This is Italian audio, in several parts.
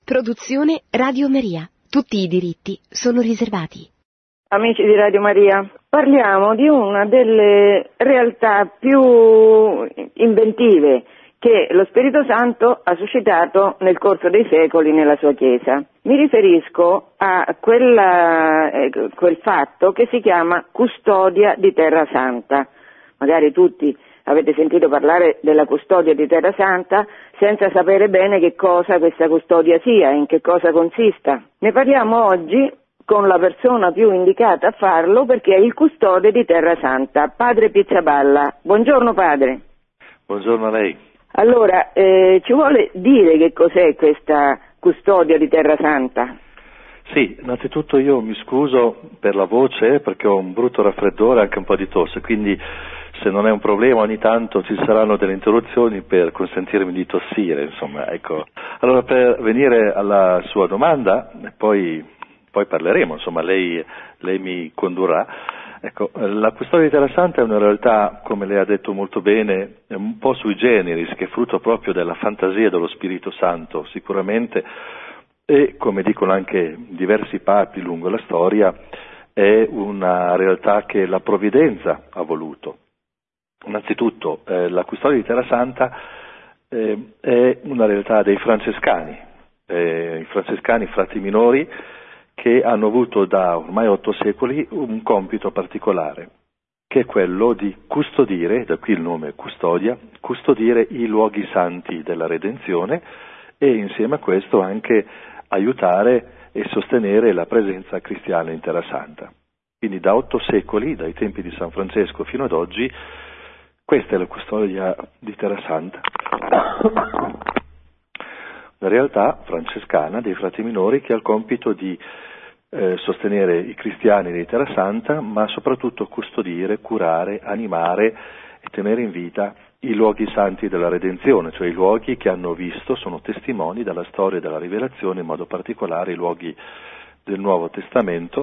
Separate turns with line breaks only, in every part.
Produzione Radio Maria. Tutti i diritti sono riservati.
Amici di Radio Maria, parliamo di una delle realtà più inventive che lo Spirito Santo ha suscitato nel corso dei secoli nella sua Chiesa. Mi riferisco a quel fatto che si chiama custodia di Terra Santa. Magari tutti avete sentito parlare della custodia di Terra Santa senza sapere bene che cosa questa custodia sia e in che cosa consista. Ne parliamo oggi con la persona più indicata a farlo, perché è il custode di Terra Santa, Padre Pizzaballa. Buongiorno padre.
Buongiorno a lei.
Allora, ci vuole dire che cos'è questa custodia di Terra Santa?
Sì, innanzitutto io mi scuso per la voce perché ho un brutto raffreddore e anche un po' di tosse, quindi se non è un problema ogni tanto ci saranno delle interruzioni per consentirmi di tossire, insomma, ecco. Allora, per venire alla sua domanda, poi parleremo, insomma, lei mi condurrà. Ecco, la custodia di Terra Santa è una realtà, come lei ha detto molto bene, un po' sui generis, che è frutto proprio della fantasia dello Spirito Santo, sicuramente, e come dicono anche diversi papi lungo la storia, è una realtà che la provvidenza ha voluto. Innanzitutto, la custodia di Terra Santa è una realtà dei francescani, i francescani frati minori, che hanno avuto da ormai 8 secoli un compito particolare, che è quello di custodire, da qui il nome custodia, custodire i luoghi santi della redenzione e insieme a questo anche aiutare e sostenere la presenza cristiana in Terra Santa. Quindi da 8 secoli, dai tempi di San Francesco fino ad oggi, questa è la custodia di Terra Santa. Una realtà francescana dei frati minori che ha il compito di sostenere i cristiani di Terra Santa, ma soprattutto custodire, curare, animare e tenere in vita i luoghi santi della redenzione, cioè i luoghi che hanno visto, sono testimoni della storia della rivelazione, in modo particolare i luoghi del Nuovo Testamento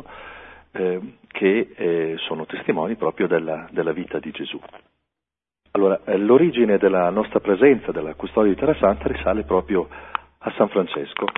che sono testimoni proprio della vita di Gesù. Allora, l'origine della nostra presenza, della custodia di Terra Santa, risale proprio a San Francesco.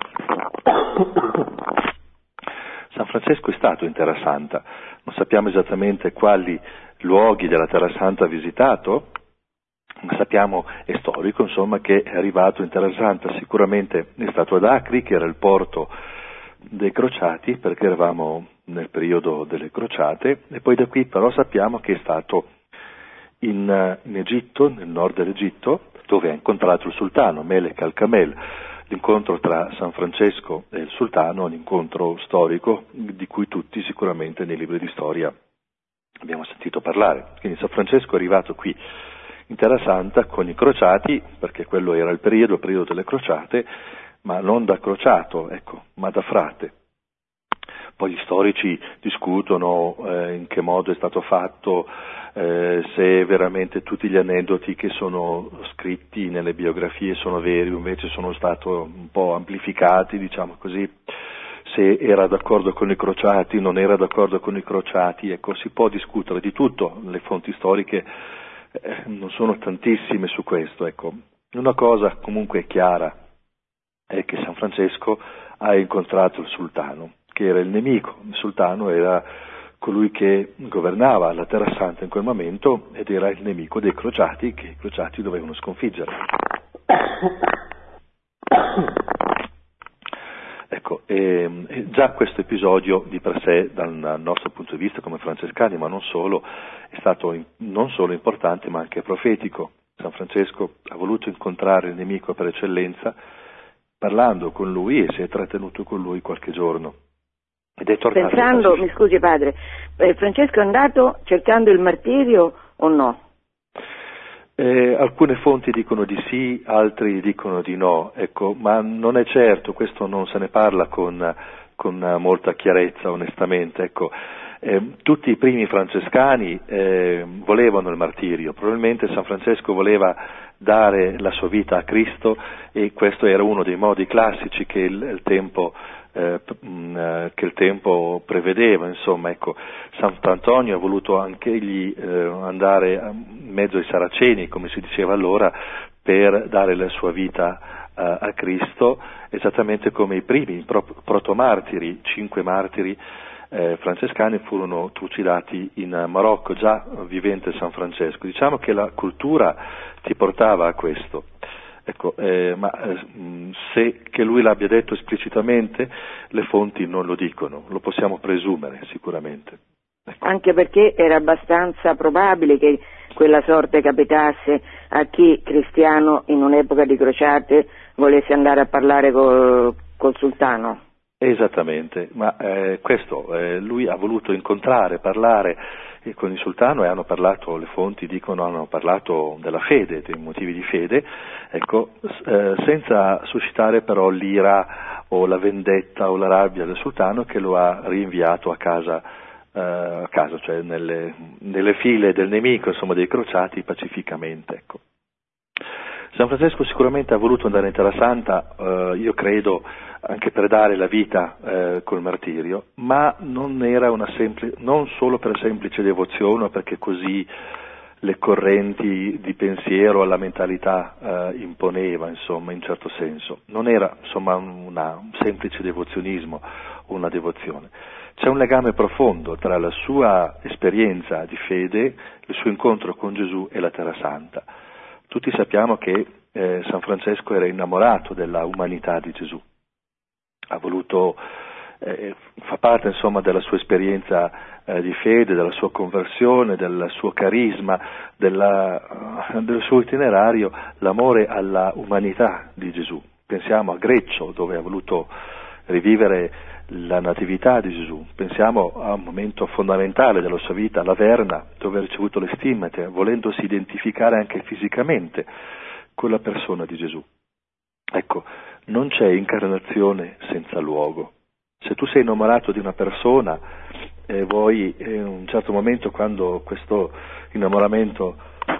San Francesco è stato in Terra Santa, non sappiamo esattamente quali luoghi della Terra Santa ha visitato, ma sappiamo, è storico insomma, che è arrivato in Terra Santa, sicuramente è stato ad Acri, che era il porto dei crociati, perché eravamo nel periodo delle crociate, e poi da qui però sappiamo che è stato in Egitto, nel nord dell'Egitto, dove ha incontrato il sultano Melek al-Kamel. L'incontro tra San Francesco e il sultano è un incontro storico di cui tutti sicuramente nei libri di storia abbiamo sentito parlare. Quindi San Francesco è arrivato qui in Terra Santa con i crociati, perché quello era il periodo delle crociate, ma non da crociato, ecco, ma da frate. Poi gli storici discutono in che modo è stato fatto, se veramente tutti gli aneddoti che sono scritti nelle biografie sono veri, invece sono stati un po' amplificati, diciamo così, se era d'accordo con i crociati, non era d'accordo con i crociati, ecco, si può discutere di tutto, le fonti storiche non sono tantissime su questo, ecco. Una cosa comunque chiara è che San Francesco ha incontrato il sultano, che era il nemico. Il sultano era colui che governava la Terra Santa in quel momento ed era il nemico dei crociati, che i crociati dovevano sconfiggere. Ecco, già questo episodio di per sé, dal nostro punto di vista come francescani, ma non solo, è stato non solo importante ma anche profetico. San Francesco ha voluto incontrare il nemico per eccellenza, parlando con lui, e si è trattenuto con lui qualche giorno. Ed è tornato.
Pensando, mi scusi padre, Francesco è andato cercando il martirio o no?
Alcune fonti dicono di sì, altri dicono di no, ecco, ma non è certo, questo non se ne parla con molta chiarezza, onestamente, ecco. Tutti i primi francescani volevano il martirio, probabilmente San Francesco voleva dare la sua vita a Cristo e questo era uno dei modi classici che il tempo prevedeva, insomma, ecco. Sant'Antonio ha voluto anche egli andare in mezzo ai saraceni, come si diceva allora, per dare la sua vita a Cristo, esattamente come i primi protomartiri, 5 martiri francescani furono trucidati in Marocco, già vivente San Francesco. Diciamo che la cultura ti portava a questo. Ecco, se che lui l'abbia detto esplicitamente, le fonti non lo dicono, lo possiamo presumere sicuramente. Ecco.
Anche perché era abbastanza probabile che quella sorte capitasse a chi cristiano in un'epoca di crociate volesse andare a parlare col sultano.
Esattamente, ma lui ha voluto incontrare, parlare con il sultano, e hanno parlato, le fonti dicono, hanno parlato della fede, dei motivi di fede, ecco, senza suscitare però l'ira o la vendetta o la rabbia del sultano, che lo ha rinviato a casa, cioè nelle file del nemico, insomma, dei crociati, pacificamente, ecco. San Francesco sicuramente ha voluto andare in Terra Santa, io credo, anche per dare la vita col martirio, ma non era non solo per semplice devozione, o perché così le correnti di pensiero, la mentalità imponeva, insomma, in certo senso. Non era, insomma, un semplice devozionismo o una devozione. C'è un legame profondo tra la sua esperienza di fede, il suo incontro con Gesù e la Terra Santa. Tutti sappiamo che San Francesco era innamorato della umanità di Gesù. Ha voluto, fa parte, insomma, della sua esperienza di fede, della sua conversione, del suo carisma, del suo itinerario, l'amore alla umanità di Gesù. Pensiamo a Greccio, dove ha voluto rivivere la natività di Gesù. Pensiamo a un momento fondamentale della sua vita, la Verna, dove ha ricevuto le stimmate, volendosi identificare anche fisicamente con la persona di Gesù. Ecco, non c'è incarnazione senza luogo. Se tu sei innamorato di una persona e vuoi in un certo momento, quando questo innamoramento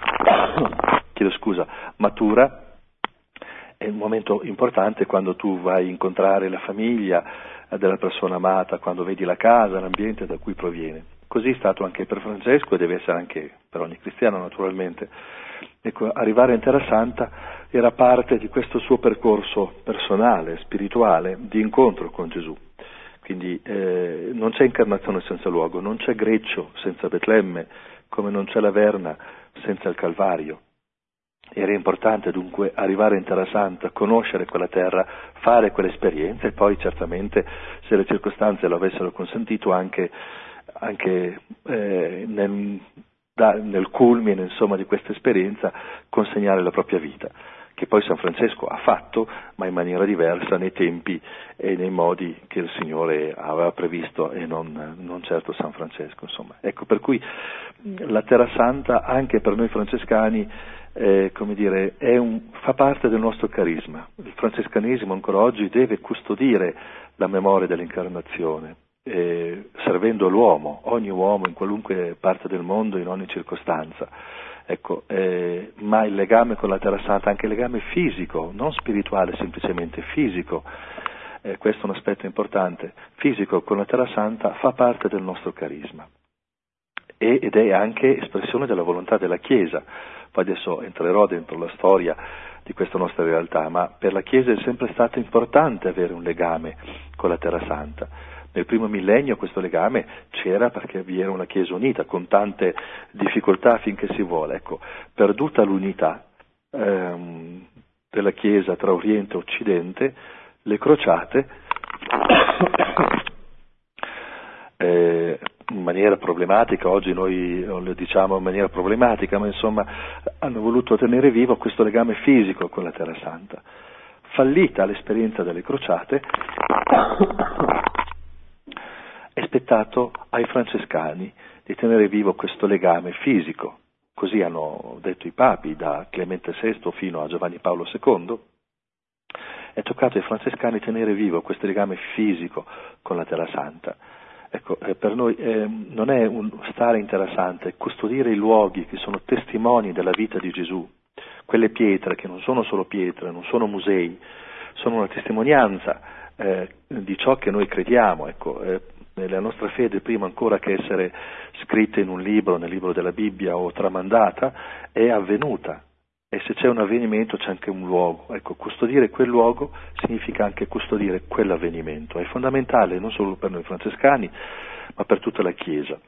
matura, è un momento importante quando tu vai a incontrare la famiglia della persona amata, quando vedi la casa, l'ambiente da cui proviene. Così è stato anche per Francesco, e deve essere anche per ogni cristiano, naturalmente. Ecco, arrivare in Terra Santa era parte di questo suo percorso personale, spirituale, di incontro con Gesù. Quindi non c'è incarnazione senza luogo, non c'è Greccio senza Betlemme, come non c'è la Verna senza il Calvario. Era importante dunque arrivare in Terra Santa, conoscere quella terra, fare quell'esperienza, e poi certamente, se le circostanze lo avessero consentito, anche nel culmine, insomma, di questa esperienza, consegnare la propria vita, che poi San Francesco ha fatto, ma in maniera diversa, nei tempi e nei modi che il Signore aveva previsto, e non certo San Francesco, insomma. Ecco, per cui la Terra Santa, anche per noi francescani, fa parte del nostro carisma. Il francescanesimo ancora oggi deve custodire la memoria dell'incarnazione, servendo l'uomo, ogni uomo in qualunque parte del mondo, in ogni circostanza. Ecco, ma il legame con la Terra Santa, anche il legame fisico, non spirituale, semplicemente fisico, questo è un aspetto importante, fisico con la Terra Santa, fa parte del nostro carisma ed è anche espressione della volontà della Chiesa. Poi adesso entrerò dentro la storia di questa nostra realtà, ma per la Chiesa è sempre stato importante avere un legame con la Terra Santa. Nel primo millennio questo legame c'era perché vi era una Chiesa unita, con tante difficoltà finché si vuole. Ecco, perduta l'unità della Chiesa tra Oriente e Occidente, le crociate in maniera problematica, oggi noi lo diciamo in maniera problematica, ma insomma hanno voluto tenere vivo questo legame fisico con la Terra Santa. Fallita l'esperienza delle crociate, è spettato ai francescani di tenere vivo questo legame fisico. Così hanno detto i papi, da Clemente VI fino a Giovanni Paolo II. È toccato ai francescani tenere vivo questo legame fisico con la Terra Santa. Ecco, per noi non è stare in Terra Santa, è custodire i luoghi che sono testimoni della vita di Gesù, quelle pietre che non sono solo pietre, non sono musei, sono una testimonianza di ciò che noi crediamo. Ecco, la nostra fede, prima ancora che essere scritta in un libro, nel libro della Bibbia, o tramandata, è avvenuta e se c'è un avvenimento c'è anche un luogo. Ecco, custodire quel luogo significa anche custodire quell'avvenimento. È fondamentale non solo per noi francescani, ma per tutta la Chiesa.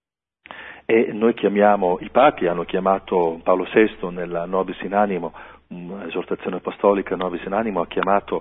E noi chiamiamo, i papi hanno chiamato Paolo VI nella Nobis in Animo, un'esortazione apostolica Nobis in Animo, ha chiamato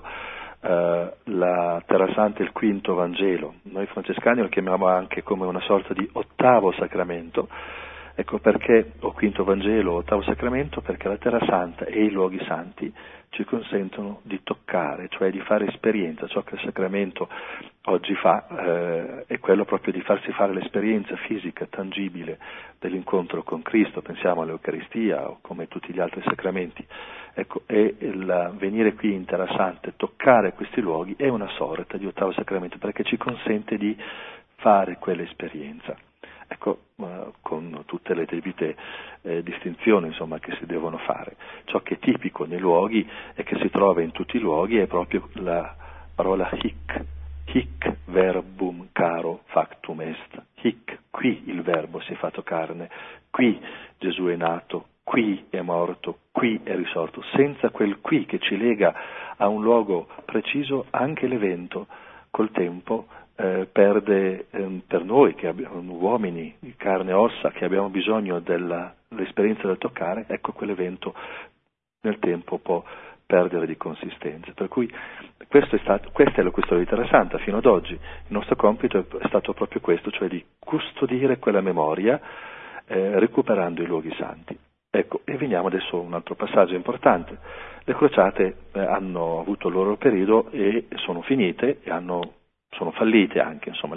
la Terra Santa il quinto Vangelo. Noi francescani lo chiamiamo anche come una sorta di ottavo sacramento. Ecco perché, o quinto Vangelo, ottavo sacramento, perché la Terra Santa e i luoghi santi ci consentono di toccare, cioè di fare esperienza. Ciò che il sacramento oggi fa è quello proprio di farsi fare l'esperienza fisica, tangibile dell'incontro con Cristo. Pensiamo all'Eucaristia o come tutti gli altri sacramenti. Ecco, e il venire qui in Terra Santa e toccare questi luoghi è una sorta di ottavo sacramento, perché ci consente di fare quell'esperienza. Ecco, con tutte le debite distinzioni, insomma, che si devono fare. Ciò che è tipico nei luoghi e che si trova in tutti i luoghi è proprio la parola hic verbum caro factum est. Hic, qui il verbo si è fatto carne, qui Gesù è nato, qui è morto, qui è risorto. Senza quel qui che ci lega a un luogo preciso, anche l'evento col tempo perde, per noi che abbiamo uomini di carne e ossa, che abbiamo bisogno dell'esperienza del toccare, ecco, quell'evento nel tempo può perdere di consistenza. Per cui questa è la custodia di Terra Santa fino ad oggi. Il nostro compito è stato proprio questo, cioè di custodire quella memoria recuperando i luoghi santi. Ecco, e veniamo adesso a un altro passaggio importante. Le crociate hanno avuto il loro periodo e sono finite e sono fallite anche, insomma,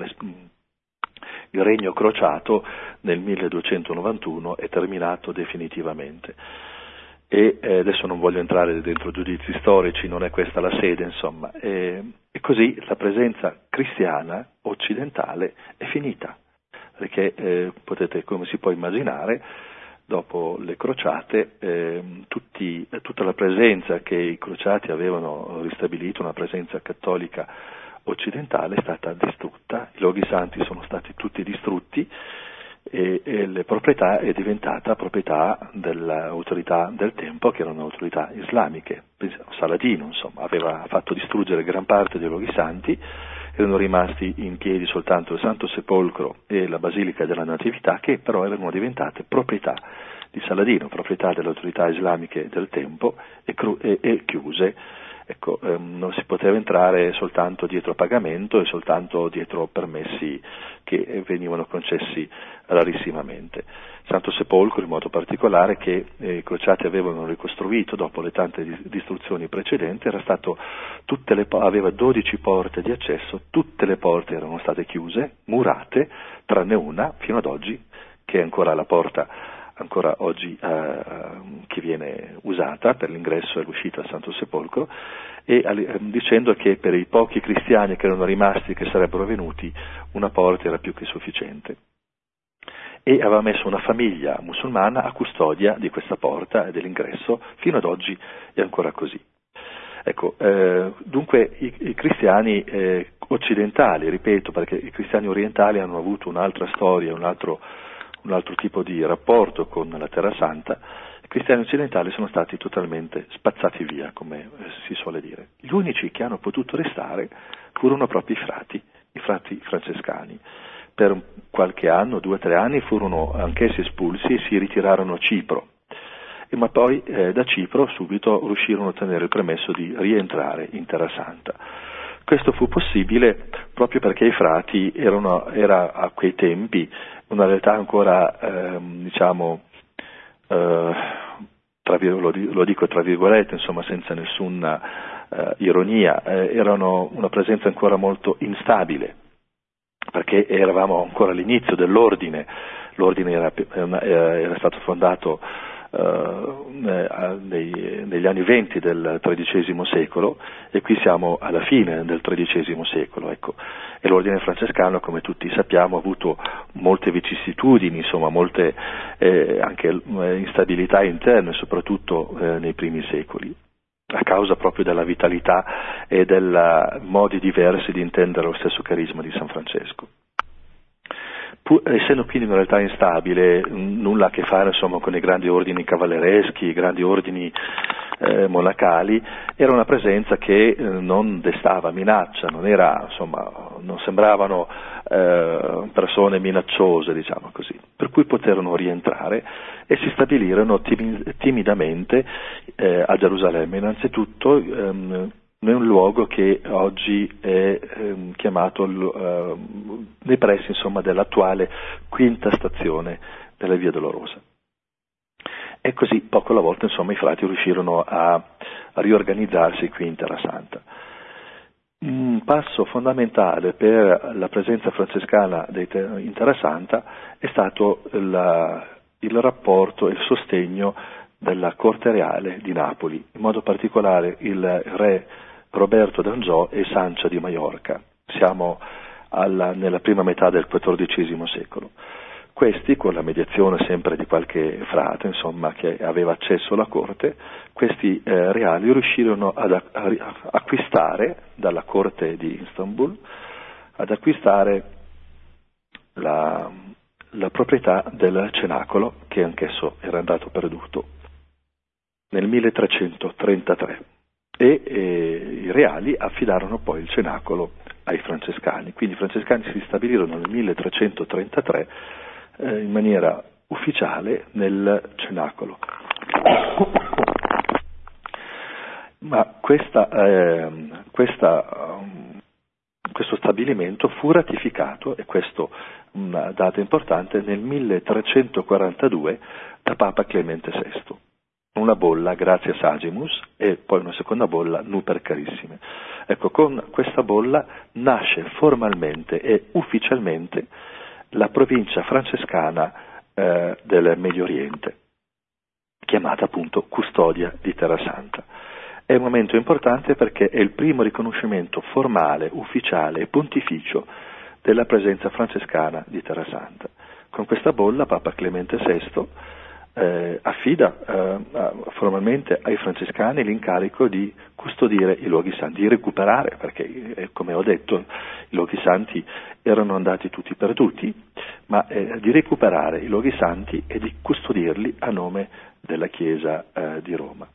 il regno crociato nel 1291 è terminato definitivamente. E adesso non voglio entrare dentro giudizi storici, non è questa la sede, insomma, e così la presenza cristiana occidentale è finita, perché potete, come si può immaginare, dopo le crociate tutta la presenza che i crociati avevano ristabilito, una presenza cattolica occidentale, è stata distrutta, i luoghi santi sono stati tutti distrutti e le proprietà è diventata proprietà dell'autorità del tempo, che erano autorità islamiche. Saladino, insomma, aveva fatto distruggere gran parte dei luoghi santi, erano rimasti in piedi soltanto il Santo Sepolcro e la Basilica della Natività, che però erano diventate proprietà di Saladino, proprietà delle autorità islamiche del tempo e chiuse. Ecco, non si poteva entrare soltanto dietro pagamento e soltanto dietro permessi che venivano concessi rarissimamente. Santo Sepolcro, in modo particolare, che i crociati avevano ricostruito dopo le tante distruzioni precedenti, aveva 12 porte di accesso, tutte le porte erano state chiuse, murate, tranne una, fino ad oggi, che è ancora la porta ancora oggi che viene usata per l'ingresso e l'uscita al Santo Sepolcro, e dicendo che per i pochi cristiani che erano rimasti, che sarebbero venuti, una porta era più che sufficiente. E aveva messo una famiglia musulmana a custodia di questa porta e dell'ingresso, fino ad oggi è ancora così. Ecco, dunque i cristiani occidentali, ripeto, perché i cristiani orientali hanno avuto un'altra storia, un altro tipo di rapporto con la Terra Santa, i cristiani occidentali sono stati totalmente spazzati via, come si suole dire. Gli unici che hanno potuto restare furono proprio i frati francescani. Per qualche anno, 2 o 3 anni, furono anch'essi espulsi e si ritirarono a Cipro, ma poi da Cipro subito riuscirono a ottenere il permesso di rientrare in Terra Santa. Questo fu possibile proprio perché i frati era a quei tempi una realtà ancora, lo dico tra virgolette, insomma, senza nessuna ironia, erano una presenza ancora molto instabile, perché eravamo ancora all'inizio dell'ordine. L'ordine era stato fondato negli anni 20 del XIII secolo, e qui siamo alla fine del XIII secolo, ecco. E l'ordine francescano, come tutti sappiamo, ha avuto molte vicissitudini, insomma, molte anche instabilità interne, soprattutto nei primi secoli, a causa proprio della vitalità e dei modi diversi di intendere lo stesso carisma di San Francesco. essendo quindi una realtà instabile, nulla a che fare insomma con i grandi ordini cavallereschi, i grandi ordini monacali, era una presenza che non destava minaccia, non sembravano persone minacciose, diciamo così, per cui poterono rientrare e si stabilirono timidamente a Gerusalemme, innanzitutto in un luogo che oggi è chiamato nei pressi insomma dell'attuale quinta stazione della Via Dolorosa. E così poco alla volta insomma i frati riuscirono a riorganizzarsi qui in Terra Santa. Un passo fondamentale per la presenza francescana in Terra Santa è stato il rapporto e il sostegno della Corte Reale di Napoli, in modo particolare il re Roberto d'Angiò e Sancha di Maiorca. Siamo nella prima metà del XIV secolo. Questi, con la mediazione sempre di qualche frate, insomma, che aveva accesso alla corte, questi reali riuscirono ad acquistare dalla corte di Istanbul, ad acquistare la proprietà del cenacolo, che anch'esso era andato perduto, nel 1333. E i reali affidarono poi il cenacolo ai francescani. Quindi i francescani si stabilirono nel 1333 in maniera ufficiale nel cenacolo. Ma questo stabilimento fu ratificato, e questo una data importante, nel 1342 da Papa Clemente VI. Una bolla grazie a Sagimus e poi una seconda bolla Nuper Carissime. Ecco, con questa bolla nasce formalmente e ufficialmente la provincia francescana del Medio Oriente, chiamata appunto Custodia di Terra Santa. È un momento importante perché è il primo riconoscimento formale, ufficiale e pontificio della presenza francescana di Terra Santa. Con questa bolla Papa Clemente VI affida formalmente ai francescani l'incarico di custodire i luoghi santi, di recuperare, perché come ho detto i luoghi santi erano andati tutti perduti, ma di recuperare i luoghi santi e di custodirli a nome della Chiesa di Roma.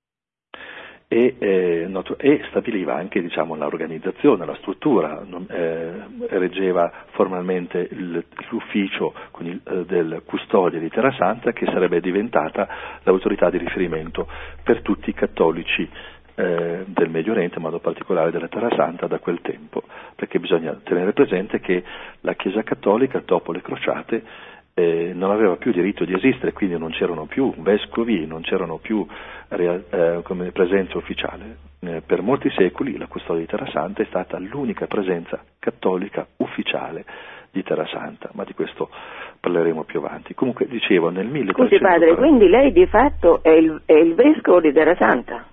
E stabiliva anche, diciamo, l'organizzazione, la struttura, reggeva formalmente l'ufficio del custode di Terra Santa, che sarebbe diventata l'autorità di riferimento per tutti i cattolici del Medio Oriente, in modo particolare della Terra Santa, da quel tempo, perché bisogna tenere presente che la Chiesa cattolica dopo le crociate non aveva più diritto di esistere, quindi non c'erano più vescovi, non c'erano più come presenza ufficiale. Per molti secoli la custodia di Terra Santa è stata l'unica presenza cattolica ufficiale di Terra Santa, ma di questo parleremo più avanti. Comunque dicevo, nel 1340...
Scusi padre, quindi lei di fatto è il vescovo di Terra Santa?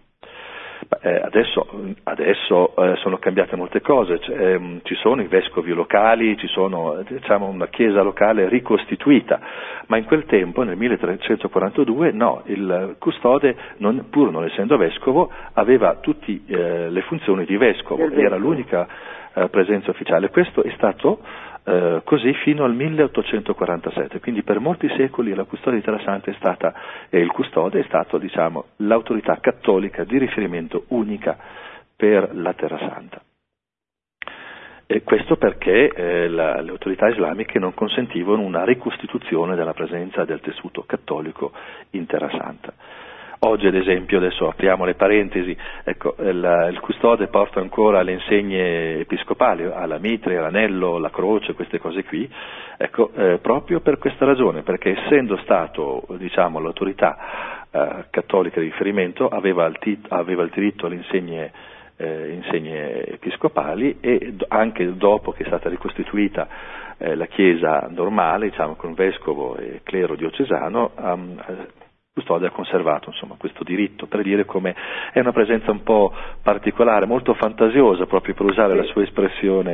Adesso sono cambiate molte cose, ci sono i vescovi locali, ci sono, diciamo, una chiesa locale ricostituita, ma in quel tempo, nel 1342, no, il custode, pur non essendo vescovo, aveva tutte le funzioni di vescovo, era l'unica presenza ufficiale. Questo è stato così fino al 1847, quindi per molti secoli la custodia di Terra Santa è stata, e il custode è stato, diciamo, l'autorità cattolica di riferimento unica per la Terra Santa. E questo perché le autorità islamiche non consentivano una ricostituzione della presenza del tessuto cattolico in Terra Santa. Oggi, ad esempio, adesso apriamo le parentesi, ecco, il custode porta ancora le insegne episcopali, ha la mitre, l'anello, la croce, queste cose qui, ecco, proprio per questa ragione, perché essendo stato, diciamo, l'autorità cattolica di riferimento, aveva il diritto alle insegne episcopali, e anche dopo che è stata ricostituita la Chiesa normale, diciamo, con vescovo e clero diocesano, custode ha conservato, insomma, questo diritto, per dire come è una presenza un po' particolare, molto fantasiosa, proprio per usare la sua espressione,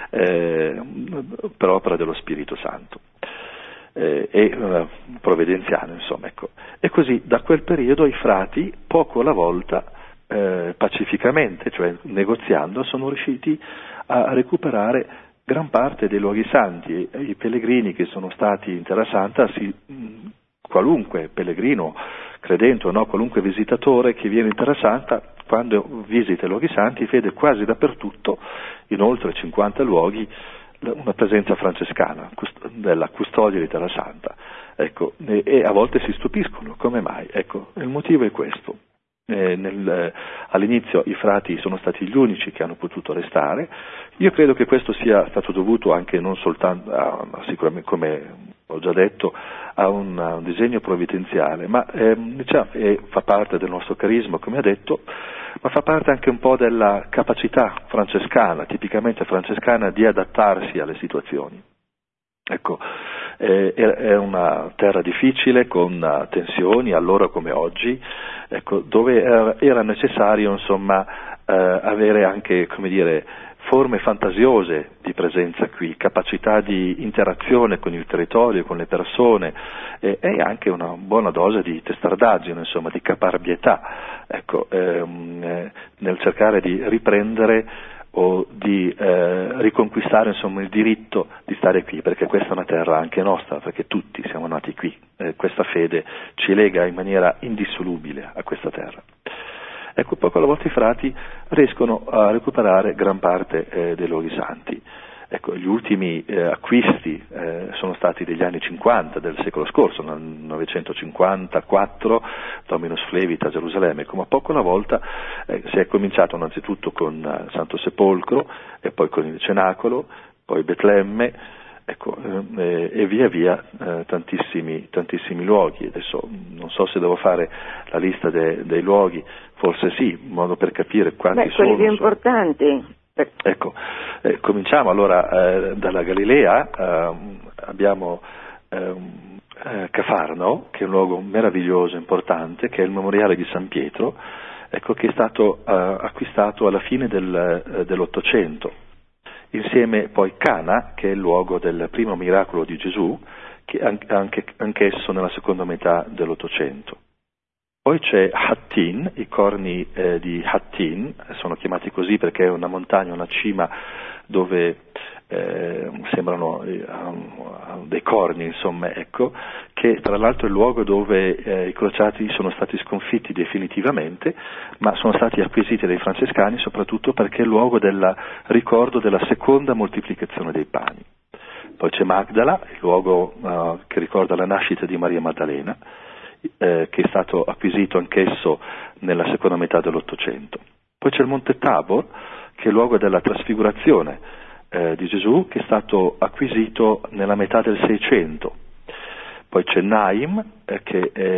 per opera dello Spirito Santo e provvidenziale, insomma, ecco. E così da quel periodo i frati, poco alla volta, pacificamente, cioè negoziando, sono riusciti a recuperare gran parte dei luoghi santi. I pellegrini che sono stati in Terra Santa, qualunque pellegrino, credente o no, qualunque visitatore che viene in Terra Santa, quando visita i luoghi santi, vede quasi dappertutto, in oltre 50 luoghi, una presenza francescana, della custodia di Terra Santa. Ecco, e a volte si stupiscono, come mai? Ecco, il motivo è questo. All'inizio i frati sono stati gli unici che hanno potuto restare. Io credo che questo sia stato dovuto anche non soltanto sicuramente, come ho già detto, a un disegno provvidenziale, ma fa parte del nostro carisma, come ho detto, ma fa parte anche un po' della capacità francescana, tipicamente francescana, di adattarsi alle situazioni. Ecco, è una terra difficile, con tensioni, allora come oggi, ecco, dove era necessario, insomma, avere anche, come dire, forme fantasiose di presenza qui, capacità di interazione con il territorio, con le persone, e anche una buona dose di testardaggine, insomma, di caparbietà, ecco, nel cercare di riprendere o di riconquistare, insomma, il diritto di stare qui, perché questa è una terra anche nostra, perché tutti siamo nati qui, questa fede ci lega in maniera indissolubile a questa terra. Ecco, poi alla volta i frati riescono a recuperare gran parte dei luoghi santi. Ecco, gli ultimi acquisti sono stati degli anni 50 del secolo scorso, nel 954, Dominus Flevit a Gerusalemme. Come a poco alla volta si è cominciato innanzitutto con Santo Sepolcro, e poi con il Cenacolo, poi Betlemme, ecco, e via via tantissimi luoghi. Adesso non so se devo fare la lista dei luoghi, forse sì, in modo per capire quanti sono.
Quelli più importanti.
Ecco, cominciamo allora dalla Galilea. Abbiamo Cafarno, che è un luogo meraviglioso, importante, che è il memoriale di San Pietro, ecco, che è stato acquistato alla fine dell'Ottocento. Insieme poi Cana, che è il luogo del primo miracolo di Gesù, che anch'esso nella seconda metà dell'Ottocento. Poi c'è Hattin, i corni di Hattin, sono chiamati così perché è una montagna, una cima dove sembrano dei corni, insomma, ecco, che tra l'altro è il luogo dove i crociati sono stati sconfitti definitivamente, ma sono stati acquisiti dai francescani soprattutto perché è il luogo del ricordo della seconda moltiplicazione dei pani. Poi c'è Magdala, il luogo che ricorda la nascita di Maria Maddalena, che è stato acquisito anch'esso nella seconda metà dell'Ottocento. Poi c'è il Monte Tabor, che è il luogo della trasfigurazione di Gesù, che è stato acquisito nella metà del Seicento. Poi c'è Naim, che è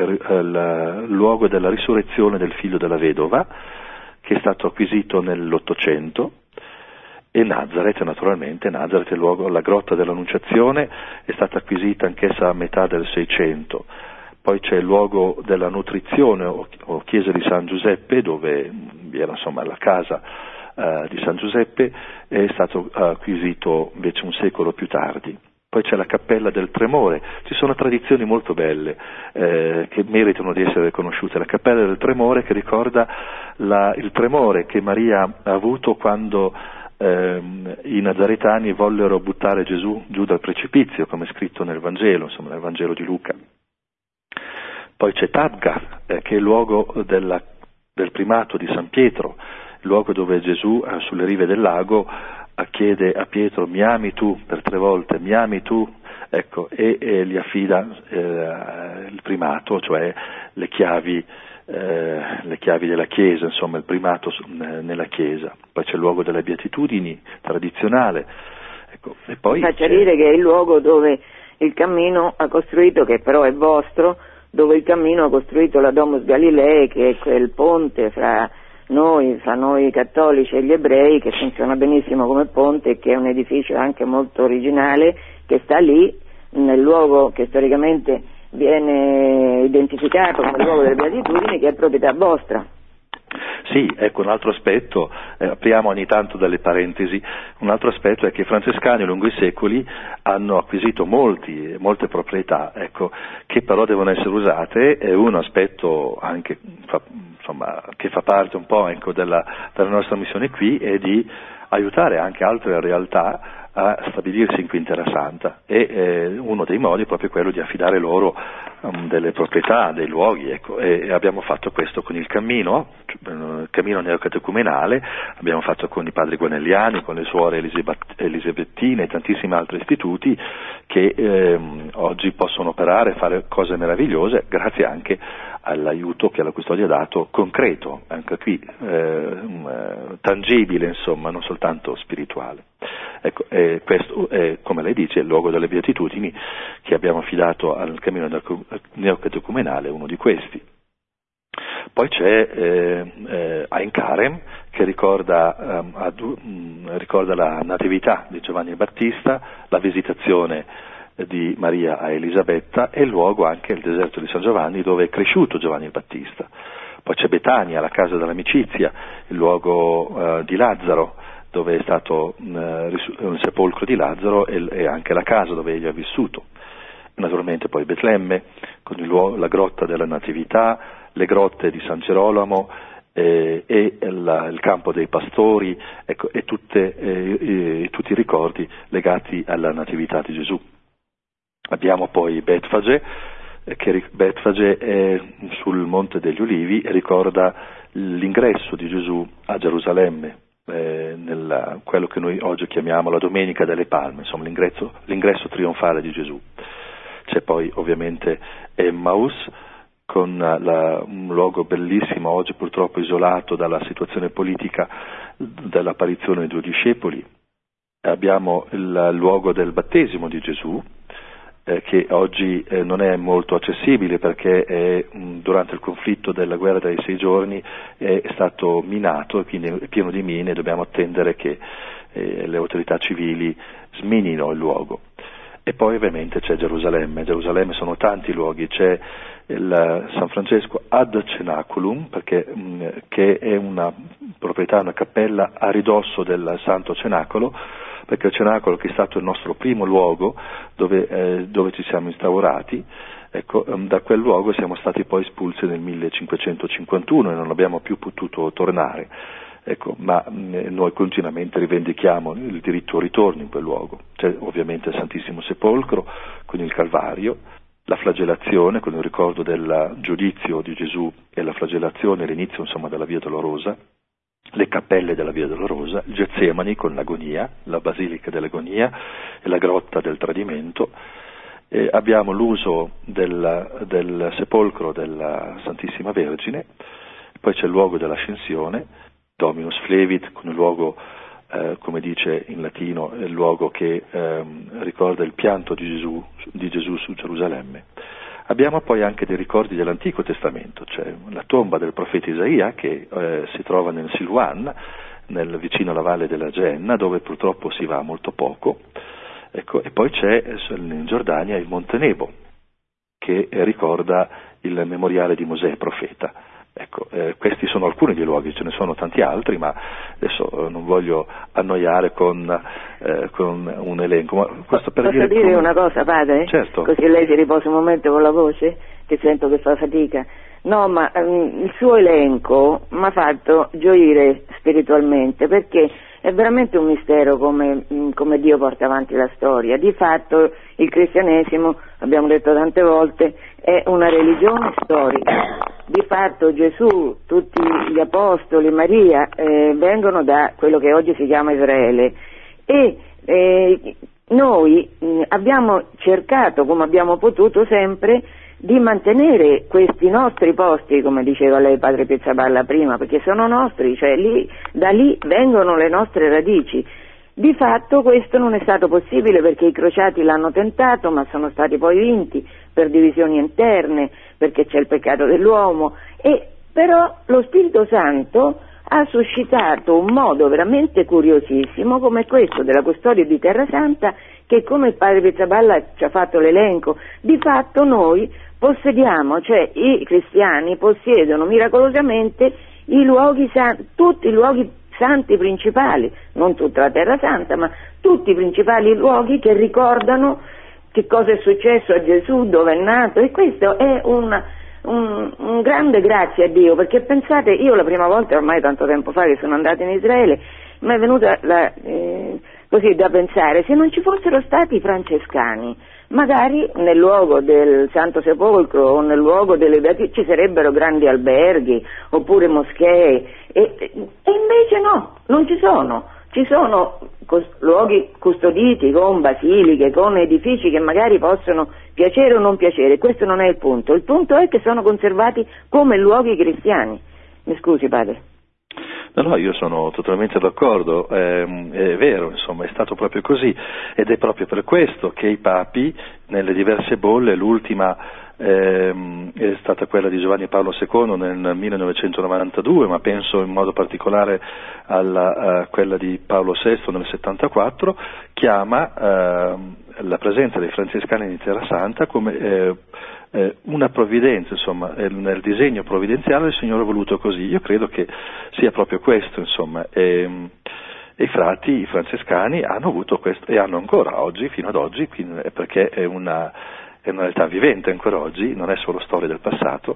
il luogo della risurrezione del figlio della vedova, che è stato acquisito nell'Ottocento. E Nazareth, naturalmente, Nazareth è il luogo, la grotta dell'Annunciazione, è stata acquisita anch'essa a metà del Seicento. Poi c'è il luogo della nutrizione o chiesa di San Giuseppe, dove era, insomma, la casa di San Giuseppe, è stato acquisito invece un secolo più tardi. Poi c'è la Cappella del Tremore, ci sono tradizioni molto belle che meritano di essere conosciute. La Cappella del Tremore, che ricorda il tremore che Maria ha avuto quando i nazaretani vollero buttare Gesù giù dal precipizio, come è scritto nel Vangelo, insomma, nel Vangelo di Luca. Poi c'è Tabga, che è il luogo del primato di San Pietro, il luogo dove Gesù, sulle rive del lago, chiede a Pietro: mi ami tu? Per 3 volte, mi ami tu? Ecco, e gli affida il primato, cioè le chiavi della Chiesa, insomma, il primato nella Chiesa. Poi c'è il luogo delle beatitudini tradizionale. Ecco, e poi
faccia dire che è il luogo dove il cammino ha costruito, che però è vostro, dove il cammino ha costruito la Domus Galilei, che è quel ponte fra noi cattolici e gli ebrei, che funziona benissimo come ponte e che è un edificio anche molto originale, che sta lì nel luogo che storicamente viene identificato come luogo delle beatitudini, che è proprietà vostra.
Sì, ecco, un altro aspetto, apriamo ogni tanto delle parentesi, un altro aspetto è che i francescani lungo i secoli hanno acquisito molte proprietà, ecco, che però devono essere usate, e un aspetto anche, che fa parte un po', ecco, della nostra missione qui, è di aiutare anche altre realtà a stabilirsi in qui in Terra Santa, e uno dei modi è proprio quello di affidare loro delle proprietà, dei luoghi, ecco, e abbiamo fatto questo con il cammino neocatecumenale, abbiamo fatto con i padri guanelliani, con le suore elisabettine e tantissimi altri istituti che oggi possono operare e fare cose meravigliose grazie anche all'aiuto che la custodia ha dato, concreto, anche qui tangibile, insomma, non soltanto spirituale. Ecco, questo è, come lei dice, il luogo delle beatitudini che abbiamo affidato al cammino neocatecumenale, uno di questi. Poi c'è Ein Karem, che ricorda la natività di Giovanni il Battista, la visitazione di Maria a Elisabetta, e il luogo anche il deserto di San Giovanni dove è cresciuto Giovanni il Battista. Poi c'è Betania, la casa dell'amicizia, il luogo di Lazzaro, dove è stato un sepolcro di Lazzaro, e anche la casa dove egli ha vissuto. Naturalmente poi Betlemme, con la grotta della Natività, le grotte di San Gerolamo e il campo dei pastori, ecco, e tutti i ricordi legati alla Natività di Gesù. Abbiamo poi Betfage, Betfage è sul Monte degli Ulivi e ricorda l'ingresso di Gesù a Gerusalemme, quello che noi oggi chiamiamo la Domenica delle Palme, insomma l'ingresso trionfale di Gesù. C'è poi ovviamente Emmaus, con un luogo bellissimo, oggi purtroppo isolato dalla situazione politica dell'apparizione dei 2 discepoli. Abbiamo il luogo del battesimo di Gesù, che oggi non è molto accessibile perché durante il conflitto della guerra dei 6 giorni è stato minato, e quindi è pieno di mine, e dobbiamo attendere che le autorità civili sminino il luogo. E poi ovviamente c'è Gerusalemme. Gerusalemme sono tanti luoghi, c'è il San Francesco ad Cenaculum, che è una proprietà, una cappella a ridosso del Santo Cenacolo, perché il Cenacolo, che è stato il nostro primo luogo dove ci siamo instaurati, ecco, da quel luogo siamo stati poi espulsi nel 1551 e non abbiamo più potuto tornare. Ecco, ma noi continuamente rivendichiamo il diritto al ritorno in quel luogo. C'è ovviamente il Santissimo Sepolcro con il Calvario, la flagellazione con il ricordo del giudizio di Gesù e la flagellazione, l'inizio insomma della Via Dolorosa, le cappelle della Via Dolorosa, il Getsemani con l'agonia, la Basilica dell'Agonia e la grotta del tradimento. Abbiamo l'uso del sepolcro della Santissima Vergine, poi c'è il luogo dell'Ascensione, Dominus Flevit, con il luogo, come dice in latino, il luogo che ricorda il pianto di Gesù su Gerusalemme. Abbiamo poi anche dei ricordi dell'Antico Testamento, c'è la tomba del profeta Isaia che si trova nel Siluan, vicino alla valle della Genna, dove purtroppo si va molto poco. Ecco, e poi c'è in Giordania il Monte Nebo, che ricorda il memoriale di Mosè profeta. Ecco, questi sono alcuni dei luoghi, ce ne sono tanti altri, ma adesso non voglio annoiare con un elenco. Ma questo per
Posso dire una cosa, padre?
Certo.
Così lei si riposa un momento con la voce, che sento che fa fatica. No, ma il suo elenco mi ha fatto gioire spiritualmente, perché è veramente un mistero come Dio porta avanti la storia. Di fatto il cristianesimo, abbiamo detto tante volte, è una religione storica. Di fatto Gesù, tutti gli apostoli, Maria, vengono da quello che oggi si chiama Israele, e noi abbiamo cercato, come abbiamo potuto sempre, di mantenere questi nostri posti, come diceva lei padre Pizzaballa prima, perché sono nostri, cioè da lì vengono le nostre radici. Di fatto questo non è stato possibile perché i crociati l'hanno tentato, ma sono stati poi vinti per divisioni interne, perché c'è il peccato dell'uomo, però lo Spirito Santo ha suscitato un modo veramente curiosissimo come questo della custodia di Terra Santa, che come il padre Pizzaballa ci ha fatto l'elenco, di fatto noi possediamo, cioè i cristiani possiedono miracolosamente i luoghi tutti i luoghi santi principali, non tutta la Terra Santa, ma tutti i principali luoghi che ricordano che cosa è successo a Gesù, dove è nato, e questo è un grande grazie a Dio, perché pensate, io la prima volta, ormai tanto tempo fa che sono andata in Israele, mi è venuta così da pensare, se non ci fossero stati i francescani, magari nel luogo del Santo Sepolcro o nel luogo delle Beatitudini ci sarebbero grandi alberghi oppure moschee, e invece no, non ci sono. Ci sono luoghi custoditi con basiliche, con edifici che magari possono piacere o non piacere, questo non è il punto è che sono conservati come luoghi cristiani. Mi scusi, padre.
No, io sono totalmente d'accordo, è vero, insomma, è stato proprio così, ed è proprio per questo che i papi, nelle diverse bolle, l'ultima è stata quella di Giovanni Paolo II nel 1992, ma penso in modo particolare a quella di Paolo VI nel 74, chiama la presenza dei francescani in Terra Santa come una provvidenza, insomma, nel disegno provvidenziale il Signore ha voluto così. Io credo che sia proprio questo, insomma, e i frati, i francescani hanno avuto questo e hanno ancora oggi, fino ad oggi, perché è una realtà vivente ancora oggi, non è solo storia del passato,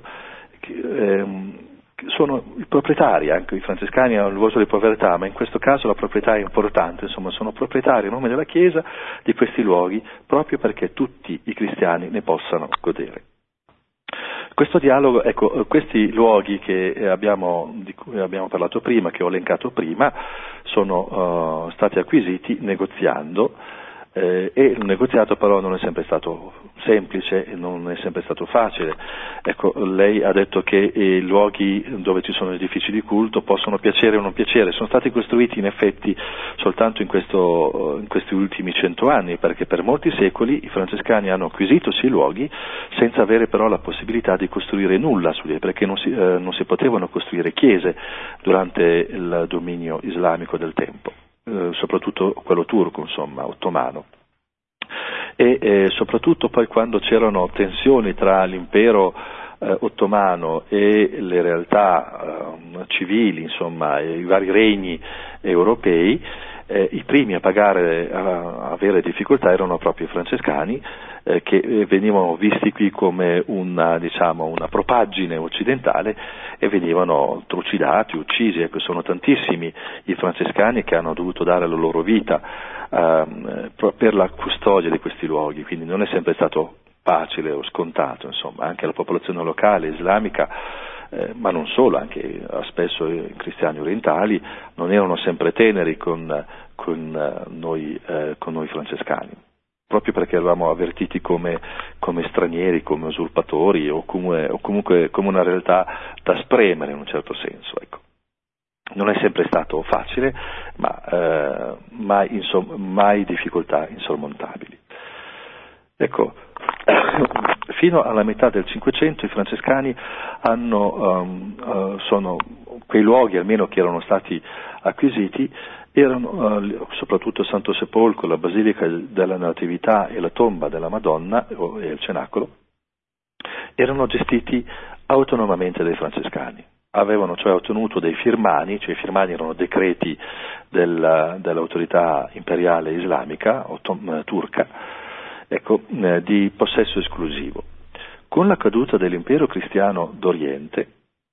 sono i proprietari, anche i francescani hanno il voto di povertà, ma in questo caso la proprietà è importante, insomma sono proprietari in nome della Chiesa di questi luoghi proprio perché tutti i cristiani ne possano godere. Questo dialogo, ecco, questi luoghi di cui abbiamo parlato prima, che ho elencato prima, sono stati acquisiti negoziando, e il negoziato però non è sempre stato semplice, non è sempre stato facile. Ecco, lei ha detto che i luoghi dove ci sono edifici di culto possono piacere o non piacere, sono stati costruiti in effetti soltanto in questi ultimi 100 anni, perché per molti secoli i francescani hanno acquisito sì luoghi senza avere però la possibilità di costruire nulla su lì, perché non si potevano costruire chiese durante il dominio islamico del tempo. Soprattutto quello turco, insomma, ottomano. E soprattutto poi quando c'erano tensioni tra l'impero ottomano e le realtà civili, insomma, e i vari regni europei, i primi a avere difficoltà erano proprio i francescani, che venivano visti qui come una propaggine occidentale e venivano trucidati, uccisi. Ecco, sono tantissimi i francescani che hanno dovuto dare la loro vita per la custodia di questi luoghi, quindi non è sempre stato facile o scontato, insomma, anche la popolazione locale islamica, ma non solo, anche spesso i cristiani orientali non erano sempre teneri con noi francescani, proprio perché eravamo avvertiti come stranieri, come usurpatori o comunque come una realtà da spremere in un certo senso, ecco. Non è sempre stato facile, ma mai difficoltà insormontabili. Ecco, fino alla metà del Cinquecento i francescani sono quei luoghi almeno che erano stati acquisiti, erano soprattutto il Santo Sepolcro, la Basilica della Natività e la tomba della Madonna e il cenacolo, erano gestiti autonomamente dai francescani. Avevano cioè ottenuto dei firmani, cioè i firmani erano decreti dell'autorità imperiale islamica turca, ecco, di possesso esclusivo. Con la caduta dell'impero cristiano d'Oriente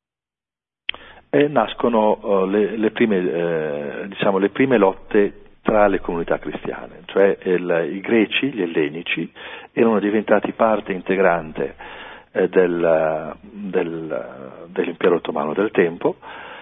nascono le prime lotte tra le comunità cristiane, cioè i greci, gli ellenici, erano diventati parte integrante dell'impero ottomano del tempo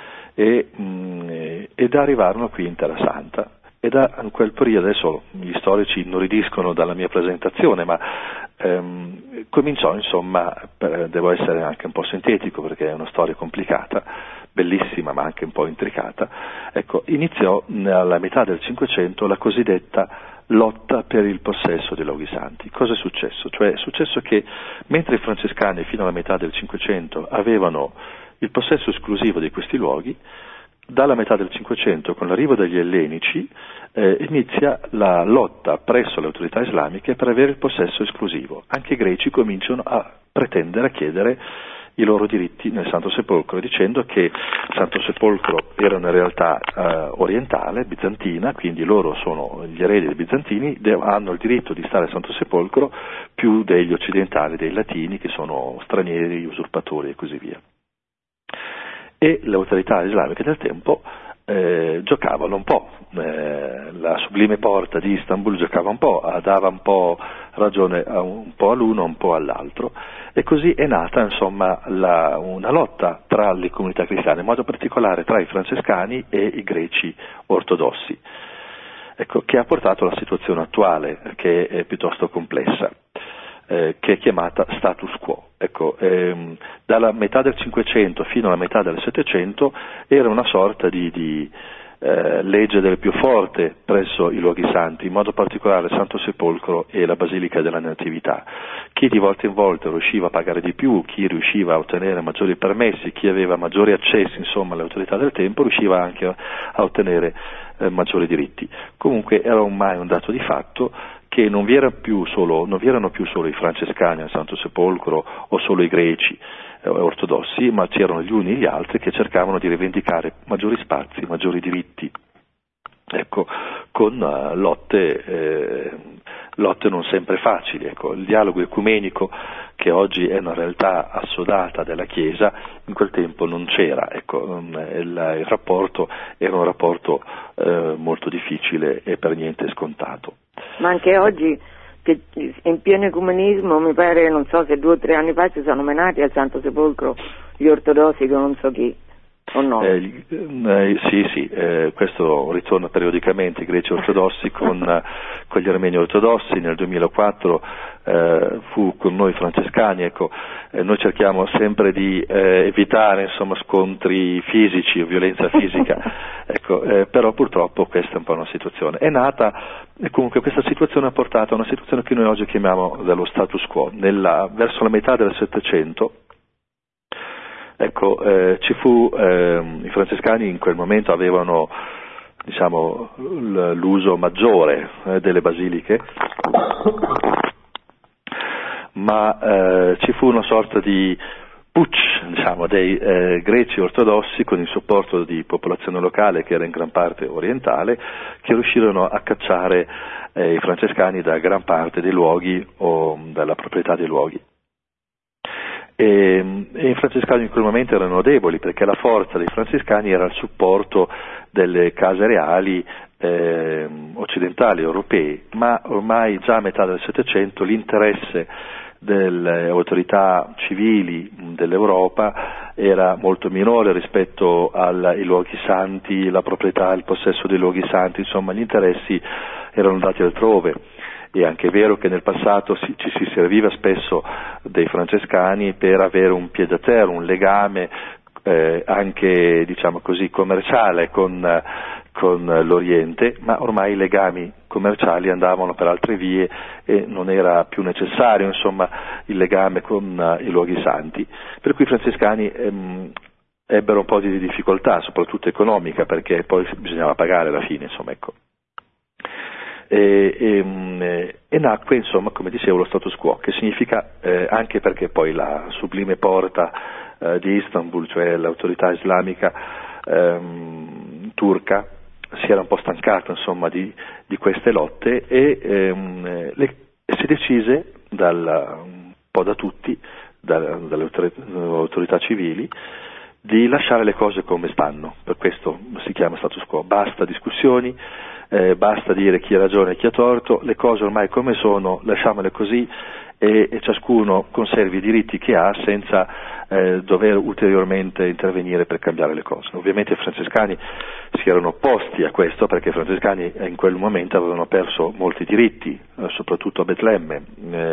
ed arrivarono qui in Terra Santa. E da quel periodo, adesso gli storici inorridiscono dalla mia presentazione, ma cominciò, insomma, devo essere anche un po' sintetico perché è una storia complicata, bellissima ma anche un po' intricata, ecco, iniziò alla metà del Cinquecento la cosiddetta lotta per il possesso dei luoghi santi. Cosa è successo? Cioè è successo che mentre i francescani fino alla metà del Cinquecento avevano il possesso esclusivo di questi luoghi, dalla metà del Cinquecento, con l'arrivo degli ellenici, inizia la lotta presso le autorità islamiche per avere il possesso esclusivo. Anche i greci cominciano a pretendere, a chiedere i loro diritti nel Santo Sepolcro, dicendo che il Santo Sepolcro era una realtà orientale, bizantina, quindi loro sono gli eredi dei bizantini, hanno il diritto di stare al Santo Sepolcro più degli occidentali, dei latini, che sono stranieri, usurpatori e così via. E le autorità islamiche del tempo giocavano un po', la Sublime Porta di Istanbul giocava un po', dava un po' ragione un po' all'uno, un po' all'altro, e così è nata insomma una lotta tra le comunità cristiane, in modo particolare tra i francescani e i greci ortodossi, ecco, che ha portato alla situazione attuale, che è piuttosto complessa, che è chiamata status quo. Ecco, dalla metà del Cinquecento fino alla metà del Settecento era una sorta di legge del più forte presso i luoghi santi, in modo particolare il Santo Sepolcro e la Basilica della Natività. Chi di volta in volta riusciva a pagare di più, chi riusciva a ottenere maggiori permessi, chi aveva maggiori accessi, insomma, alle autorità del tempo, riusciva anche a ottenere maggiori diritti. Comunque era ormai un dato di fatto che non vi erano più solo i francescani al Santo Sepolcro o solo i greci ortodossi, ma c'erano gli uni e gli altri che cercavano di rivendicare maggiori spazi, maggiori diritti, ecco, con lotte non sempre facili. Ecco, il dialogo ecumenico, che oggi è una realtà assodata della Chiesa, in quel tempo non c'era, ecco, il rapporto era un rapporto molto difficile e per niente scontato.
Ma anche oggi, che in pieno ecumenismo, mi pare, non so se 2 o 3 anni fa si sono menati al Santo Sepolcro gli ortodossi con non so chi, o no?
Sì, questo ritorna periodicamente, i greci ortodossi con gli armeni ortodossi. Nel 2004 fu con noi francescani, ecco, noi cerchiamo sempre di evitare, insomma, scontri fisici o violenza fisica, ecco, però purtroppo questa è un po' una situazione. È nata, e comunque questa situazione ha portato a una situazione che noi oggi chiamiamo dello status quo. Verso la metà del Settecento, ecco, ci fu, i francescani in quel momento avevano, diciamo, l'uso maggiore delle basiliche, ma ci fu una sorta di putsch, diciamo, dei greci ortodossi, con il supporto di popolazione locale che era in gran parte orientale, che riuscirono a cacciare i francescani da gran parte dei luoghi o dalla proprietà dei luoghi. E i francescani in quel momento erano deboli, perché la forza dei francescani era il supporto delle case reali occidentali, europee, ma ormai già a metà del Settecento l'interesse delle autorità civili dell'Europa era molto minore rispetto ai luoghi santi, la proprietà, il possesso dei luoghi santi, insomma gli interessi erano dati altrove. È anche vero che nel passato ci si serviva spesso dei francescani per avere un pied à terre, un legame anche, diciamo così, commerciale con l'Oriente, ma ormai i legami commerciali andavano per altre vie e non era più necessario, insomma, il legame con i luoghi santi, per cui i francescani ebbero un po' di difficoltà, soprattutto economica, perché poi bisognava pagare alla fine, insomma, ecco. E nacque, insomma, come dicevo, lo status quo, che significa, anche perché poi la Sublime Porta di Istanbul, cioè l'autorità islamica turca, si era un po' stancata, insomma, di queste lotte e si decise un po' da tutti, dalle autorità civili, di lasciare le cose come stanno. Per questo si chiama status quo. Basta discussioni, basta dire chi ha ragione e chi ha torto, le cose ormai come sono, lasciamole così e ciascuno conservi i diritti che ha senza dover ulteriormente intervenire per cambiare le cose. Ovviamente i francescani si erano opposti a questo, perché i francescani in quel momento avevano perso molti diritti, soprattutto a Betlemme,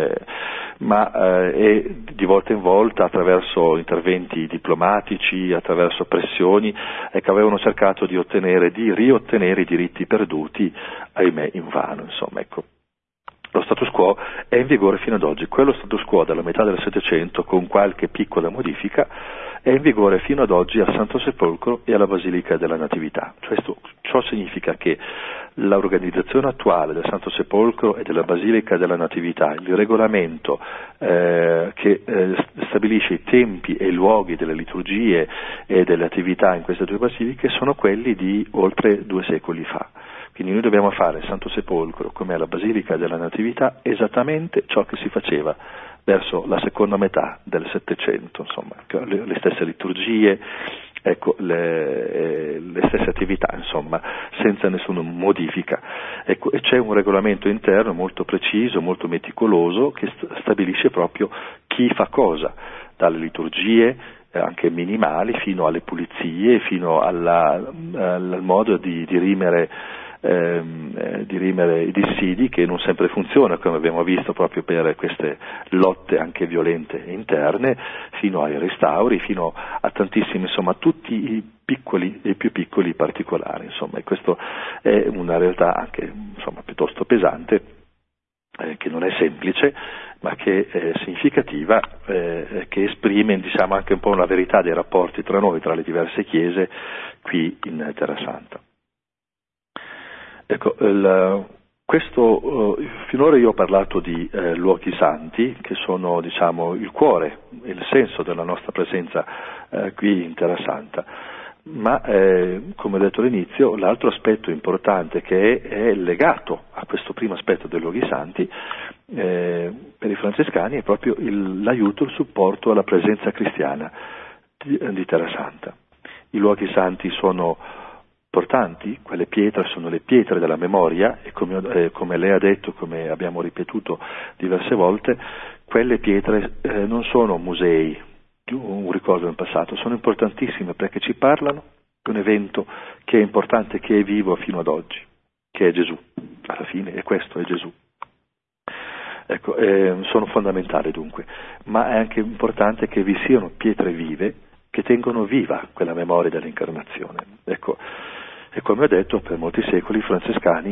e di volta in volta, attraverso interventi diplomatici, attraverso pressioni, ecco, avevano cercato di riottenere i diritti perduti, ahimè invano, insomma, ecco. Lo status quo è in vigore fino ad oggi. Quello status quo della metà del Settecento, con qualche piccola modifica, è in vigore fino ad oggi al Santo Sepolcro e alla Basilica della Natività. Ciò significa che l'organizzazione attuale del Santo Sepolcro e della Basilica della Natività, il regolamento che stabilisce i tempi e i luoghi delle liturgie e delle attività in queste due basiliche, sono quelli di oltre 2 secoli fa. Quindi noi dobbiamo fare il Santo Sepolcro, come la Basilica della Natività, esattamente ciò che si faceva verso la seconda metà del Settecento, insomma, le stesse liturgie, ecco, le stesse attività, insomma, senza nessuna modifica. Ecco, e c'è un regolamento interno molto preciso, molto meticoloso, che stabilisce proprio chi fa cosa, dalle liturgie anche minimali fino alle pulizie, fino al modo di dirimere i dissidi, che non sempre funziona, come abbiamo visto proprio per queste lotte anche violente interne, fino ai restauri, fino a tantissimi, insomma, tutti i piccoli e più piccoli particolari, insomma, e questo è una realtà anche, insomma, piuttosto pesante, che non è semplice, ma che è significativa, che esprime, diciamo, anche un po' la verità dei rapporti tra noi, tra le diverse chiese qui in Terrasanta. Ecco, finora io ho parlato di luoghi santi, che sono, diciamo, il cuore, il senso della nostra presenza qui in Terrasanta, ma come ho detto all'inizio, l'altro aspetto importante che è legato a questo primo aspetto dei luoghi santi per i francescani è proprio l'aiuto, il supporto alla presenza cristiana di Terrasanta. I luoghi santi sono importanti, quelle pietre sono le pietre della memoria, e come lei ha detto, come abbiamo ripetuto diverse volte, quelle pietre non sono musei, un ricordo del passato, sono importantissime perché ci parlano di un evento che è importante, che è vivo fino ad oggi, che è Gesù. Alla fine è questo, è Gesù. Ecco, sono fondamentali dunque, ma è anche importante che vi siano pietre vive che tengono viva quella memoria dell'incarnazione. Ecco, e come ho detto, per molti secoli i francescani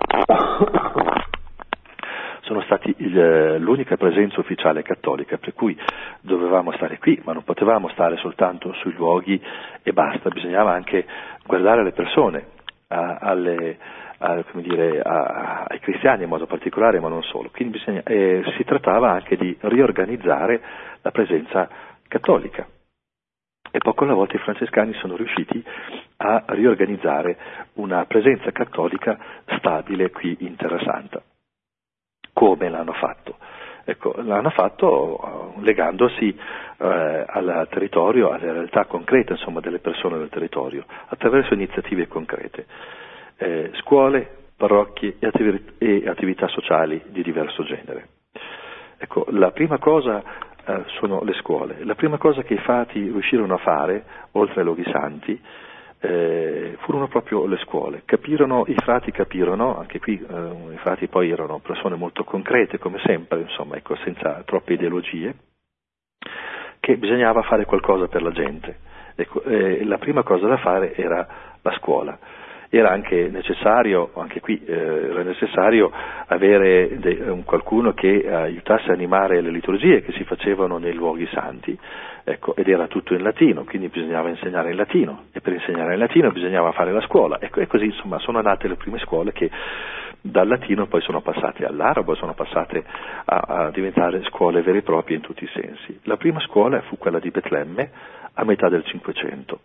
sono stati l'unica presenza ufficiale cattolica, per cui dovevamo stare qui, ma non potevamo stare soltanto sui luoghi e basta, bisognava anche guardare le persone, ai cristiani in modo particolare, ma non solo. Quindi si trattava anche di riorganizzare la presenza cattolica. E poco alla volta i francescani sono riusciti a riorganizzare una presenza cattolica stabile qui in Terrasanta. Come l'hanno fatto? Ecco, l'hanno fatto legandosi al territorio, alle realtà concrete, insomma, delle persone del territorio, attraverso iniziative concrete, scuole, parrocchie e attività sociali di diverso genere. Ecco, la prima cosa sono le scuole. La prima cosa che i frati riuscirono a fare, oltre ai luoghi santi, furono proprio le scuole. I frati capirono, anche qui i frati poi erano persone molto concrete, come sempre, insomma, ecco, senza troppe ideologie, che bisognava fare qualcosa per la gente. Ecco, la prima cosa da fare era la scuola. Era anche necessario, anche qui era necessario avere qualcuno che aiutasse a animare le liturgie che si facevano nei luoghi santi, ecco, ed era tutto in latino, quindi bisognava insegnare in latino, e per insegnare in latino bisognava fare la scuola, ecco, e così, insomma, sono nate le prime scuole che dal latino poi sono passate all'arabo, sono passate a diventare scuole vere e proprie in tutti i sensi. La prima scuola fu quella di Betlemme a metà del Cinquecento.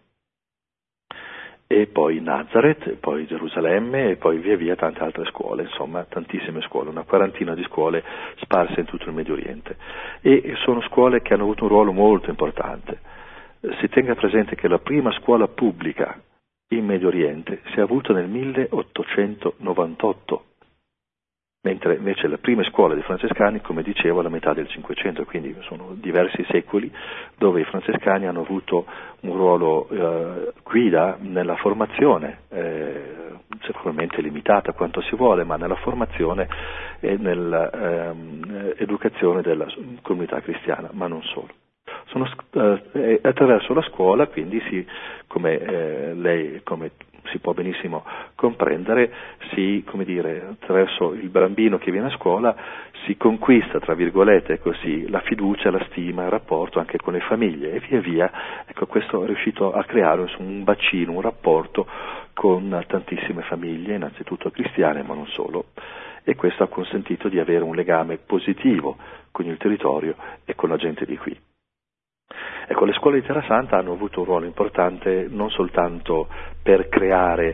E poi Nazareth, poi Gerusalemme, e poi via via tante altre scuole, insomma tantissime scuole, una quarantina di scuole sparse in tutto il Medio Oriente, e sono scuole che hanno avuto un ruolo molto importante. Si tenga presente che la prima scuola pubblica in Medio Oriente si è avuta nel 1898, mentre invece le prime scuole dei francescani, come dicevo, alla metà del Cinquecento, quindi sono diversi secoli dove i francescani hanno avuto un ruolo guida nella formazione, sicuramente limitata quanto si vuole, ma nella formazione e nell'educazione della comunità cristiana, ma non solo. Attraverso la scuola, quindi come si può benissimo comprendere, attraverso il bambino che viene a scuola si conquista, tra virgolette, così, la fiducia, la stima, il rapporto anche con le famiglie, e via via, ecco, questo è riuscito a creare un bacino, un rapporto con tantissime famiglie, innanzitutto cristiane, ma non solo, e questo ha consentito di avere un legame positivo con il territorio e con la gente di qui. Ecco, le scuole di Terrasanta hanno avuto un ruolo importante non soltanto per creare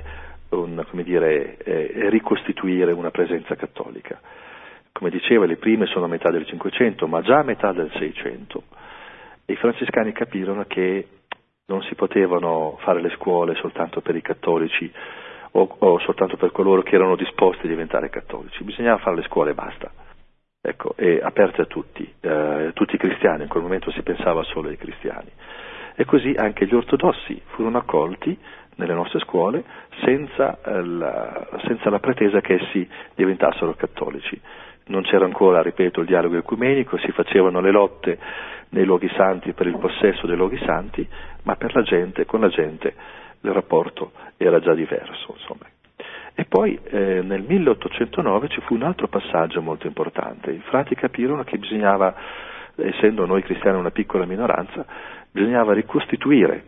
ricostituire una presenza cattolica. Come diceva, le prime sono a metà del Cinquecento, ma già a metà del Seicento i francescani capirono che non si potevano fare le scuole soltanto per i cattolici o soltanto per coloro che erano disposti a diventare cattolici, bisognava fare le scuole e basta, ecco, e aperte a tutti i cristiani, in quel momento si pensava solo ai cristiani. E così anche gli ortodossi furono accolti nelle nostre scuole senza la pretesa che essi diventassero cattolici. Non c'era ancora, ripeto, il dialogo ecumenico, si facevano le lotte nei luoghi santi per il possesso dei luoghi santi, ma con la gente il rapporto era già diverso, insomma. E poi nel 1809 ci fu un altro passaggio molto importante. I frati capirono che bisognava, essendo noi cristiani una piccola minoranza, bisognava ricostruire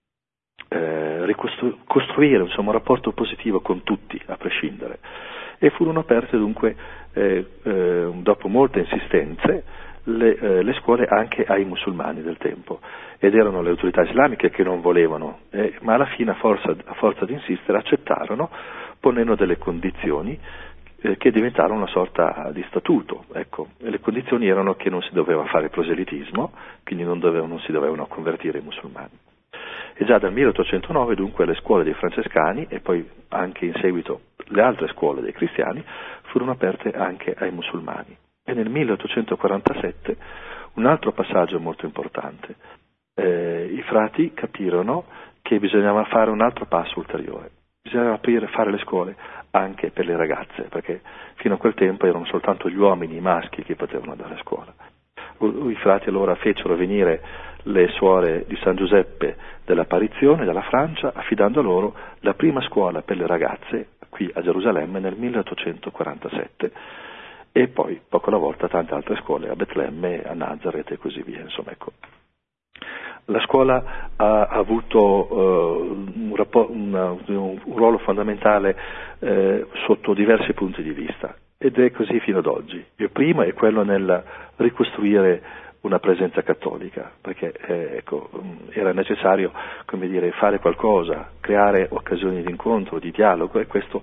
insomma, un rapporto positivo con tutti, a prescindere. E furono aperte dunque, dopo molte insistenze, le scuole anche ai musulmani del tempo, ed erano le autorità islamiche che non volevano, ma alla fine a forza di insistere accettarono, ponendo delle condizioni che diventarono una sorta di statuto. Ecco. E le condizioni erano che non si doveva fare proselitismo, quindi non si dovevano convertire i musulmani. E già dal 1809 dunque le scuole dei francescani e poi anche in seguito le altre scuole dei cristiani furono aperte anche ai musulmani. E nel 1847 un altro passaggio molto importante. I frati capirono che bisognava fare un altro passo ulteriore. Bisognava fare le scuole anche per le ragazze, perché fino a quel tempo erano soltanto gli uomini, i maschi, che potevano andare a scuola. I frati allora fecero venire le suore di San Giuseppe dell'Apparizione dalla Francia, affidando loro la prima scuola per le ragazze qui a Gerusalemme nel 1847 e poi poco alla volta tante altre scuole a Betlemme, a Nazareth e così via. Insomma, ecco. La scuola ha avuto un ruolo fondamentale sotto diversi punti di vista ed è così fino ad oggi. Il primo è quello nel ricostruire una presenza cattolica, perché era necessario, come dire, fare qualcosa, creare occasioni di incontro, di dialogo, e questo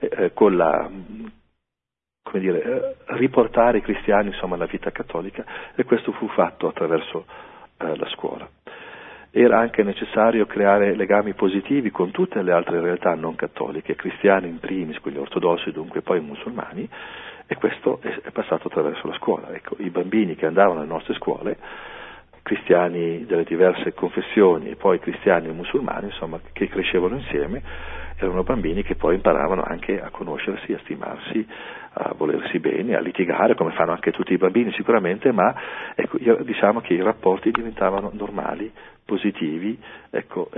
riportare i cristiani insomma alla vita cattolica, e questo fu fatto attraverso la scuola. Era anche necessario creare legami positivi con tutte le altre realtà non cattoliche, cristiani in primis, quelli ortodossi, dunque poi musulmani, e questo è passato attraverso la scuola. Ecco, i bambini che andavano alle nostre scuole, cristiani delle diverse confessioni e poi cristiani e musulmani, insomma, che crescevano insieme, erano bambini che poi imparavano anche a conoscersi, a stimarsi, a volersi bene, a litigare, come fanno anche tutti i bambini sicuramente, ma ecco, diciamo che i rapporti diventavano normali, positivi, ecco,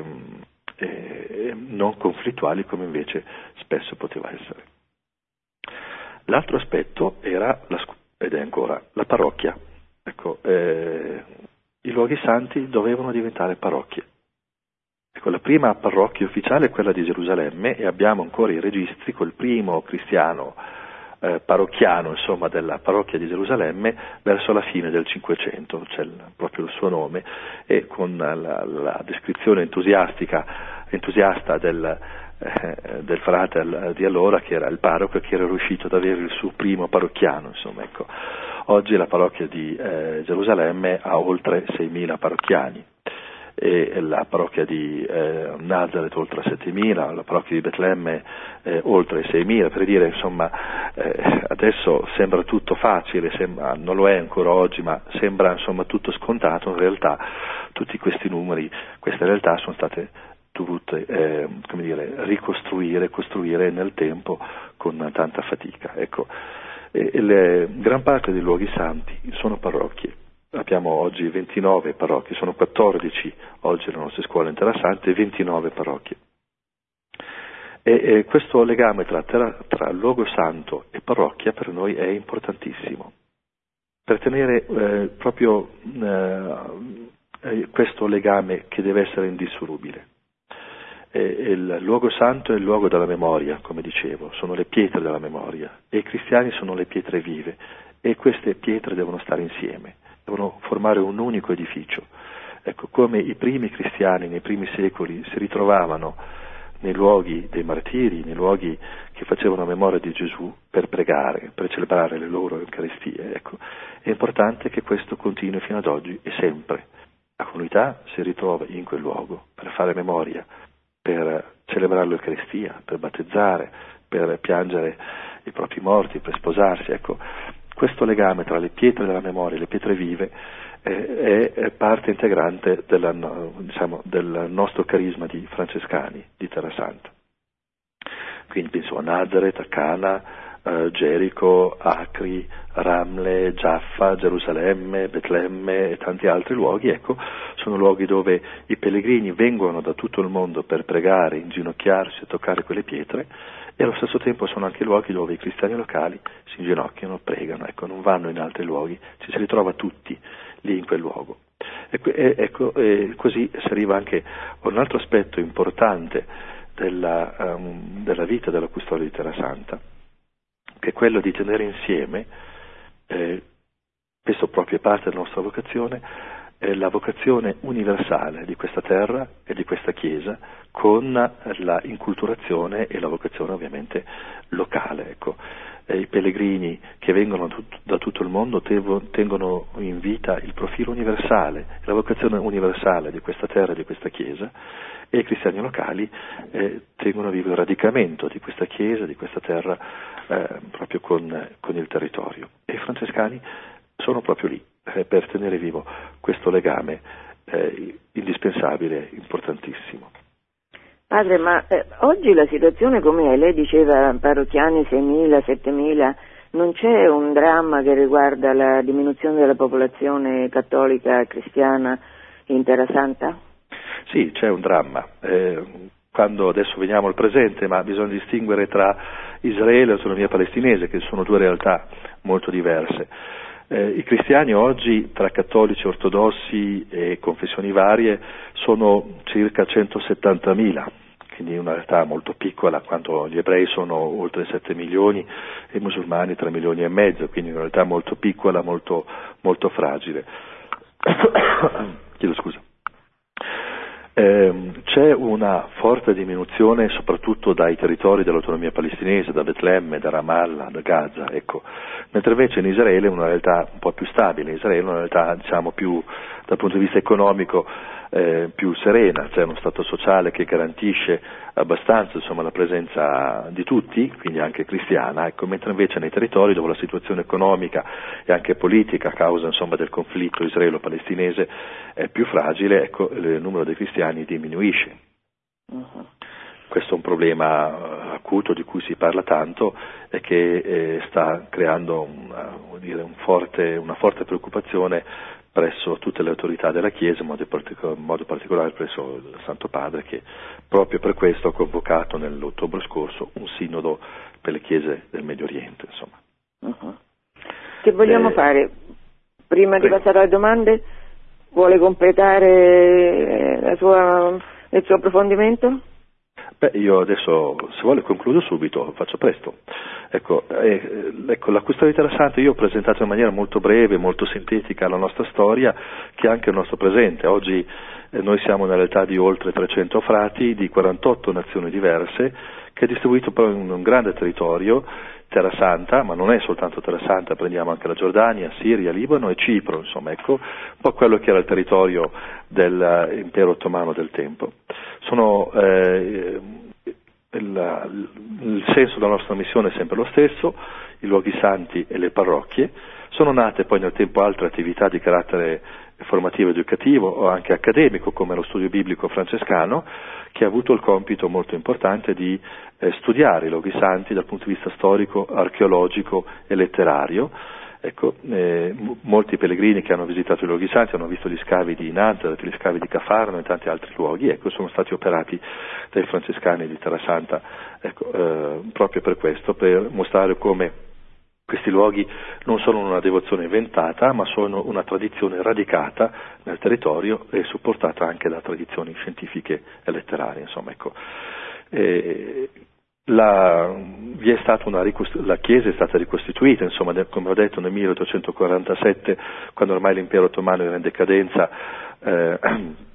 non conflittuali come invece spesso poteva essere. L'altro aspetto era, ed è ancora, la parrocchia. Ecco, i luoghi santi dovevano diventare parrocchie. Ecco, la prima parrocchia ufficiale è quella di Gerusalemme e abbiamo ancora i registri col primo cristiano parrocchiano, insomma, della parrocchia di Gerusalemme verso la fine del Cinquecento, c'è proprio il suo nome, e con la descrizione entusiasta del frate di allora, che era il parroco, che era riuscito ad avere il suo primo parrocchiano, insomma, ecco. Oggi la parrocchia di Gerusalemme ha oltre 6.000 parrocchiani, e la parrocchia di Nazareth oltre 7.000, la parrocchia di Betlemme oltre 6.000, per dire, insomma, adesso sembra tutto facile, non lo è ancora oggi, ma sembra insomma tutto scontato. In realtà tutti questi numeri, queste realtà sono state dovute costruire nel tempo con tanta fatica. Ecco, gran parte dei luoghi santi sono parrocchie. Abbiamo oggi 29 parrocchie, sono 14 oggi le nostre scuole in Terra Santa e 29 parrocchie. E questo legame tra luogo santo e parrocchia per noi è importantissimo, per tenere proprio questo legame che deve essere indissolubile. Il luogo santo è il luogo della memoria, come dicevo, sono le pietre della memoria, e i cristiani sono le pietre vive, e queste pietre devono stare insieme, devono formare un unico edificio. Ecco, come i primi cristiani nei primi secoli si ritrovavano nei luoghi dei martiri, nei luoghi che facevano memoria di Gesù per pregare, per celebrare le loro Eucaristie. Ecco, è importante che questo continui fino ad oggi e sempre. La comunità si ritrova in quel luogo per fare memoria, per celebrare l'Eucaristia, per battezzare, per piangere i propri morti, per sposarsi. Ecco, questo legame tra le pietre della memoria e le pietre vive è parte integrante del nostro carisma di francescani di Terrasanta. Quindi penso a Nazareth, a Cana, Gerico, Acri, Ramle, Giaffa, Gerusalemme, Betlemme e tanti altri luoghi. Ecco, sono luoghi dove i pellegrini vengono da tutto il mondo per pregare, inginocchiarsi e toccare quelle pietre, e allo stesso tempo sono anche luoghi dove i cristiani locali si inginocchiano, pregano, ecco, non vanno in altri luoghi, ci si ritrova tutti lì in quel luogo. E così si arriva anche a un altro aspetto importante della vita della custodia di Terrasanta, che è quello di tenere insieme, questo proprio è parte della nostra vocazione, la vocazione universale di questa terra e di questa Chiesa con la inculturazione e la vocazione ovviamente locale. Ecco. I pellegrini che vengono da tutto il mondo tengono in vita il profilo universale, la vocazione universale di questa terra e di questa Chiesa, e i cristiani locali tengono vivo il radicamento di questa Chiesa, di questa terra, proprio con il territorio. E i francescani sono proprio lì per tenere vivo questo legame indispensabile, importantissimo.
Padre, ma oggi la situazione com'è? Lei diceva parrocchiani 6.000, 7.000, non c'è un dramma che riguarda la diminuzione della popolazione cattolica cristiana in Terrasanta?
Sì, c'è un dramma. Quando adesso veniamo al presente, ma bisogna distinguere tra Israele e l'autonomia palestinese, che sono due realtà molto diverse. I cristiani oggi, tra cattolici, ortodossi e confessioni varie, sono circa 170.000, quindi una realtà molto piccola, quanto gli ebrei sono oltre 7 milioni e i musulmani 3 milioni e mezzo, quindi una realtà molto piccola, molto, molto fragile. Chiedo scusa. C'è una forte diminuzione soprattutto dai territori dell'autonomia palestinese, da Betlemme, da Ramallah, da Gaza, ecco. Mentre invece in Israele è una realtà un po' più stabile, in Israele è una realtà diciamo più dal punto di vista economico più serena, c'è uno stato sociale che garantisce abbastanza insomma la presenza di tutti, quindi anche cristiana, ecco, mentre invece nei territori dove la situazione economica e anche politica a causa insomma del conflitto israelo-palestinese è più fragile, ecco, il numero dei cristiani diminuisce. Uh-huh. Questo è un problema acuto di cui si parla tanto e che sta creando una forte preoccupazione presso tutte le autorità della Chiesa, in modo particolare presso il Santo Padre, che proprio per questo ha convocato nell'ottobre scorso un sinodo per le chiese del Medio Oriente. Insomma.
Uh-huh. Che vogliamo fare? Prima di passare alle domande, vuole completare il suo approfondimento?
Io adesso, se vuole, concludo subito, faccio presto. Ecco, la custodia di Terrasanta io ho presentato in maniera molto breve, molto sintetica la nostra storia, che è anche il nostro presente. Oggi noi siamo in realtà di oltre 300 frati di 48 nazioni diverse, che è distribuito però in un grande territorio, Terrasanta, ma non è soltanto Terrasanta, prendiamo anche la Giordania, Siria, Libano e Cipro, insomma, ecco, un po' quello che era il territorio dell'impero ottomano del tempo. Il senso della nostra missione è sempre lo stesso, i luoghi santi e le parrocchie. Sono nate poi nel tempo altre attività di carattere formativo, educativo o anche accademico, come lo studio biblico francescano, che ha avuto il compito molto importante di studiare i luoghi santi dal punto di vista storico, archeologico e letterario. Ecco, molti pellegrini che hanno visitato i luoghi santi hanno visto gli scavi di Nazareth, gli scavi di Cafarno e tanti altri luoghi, ecco, sono stati operati dai francescani di Terrasanta, ecco, proprio per questo, per mostrare come questi luoghi non sono una devozione inventata, ma sono una tradizione radicata nel territorio e supportata anche da tradizioni scientifiche e letterarie, insomma, ecco. La Chiesa è stata ricostituita, insomma, come ho detto, nel 1847, quando ormai l'impero ottomano era in decadenza,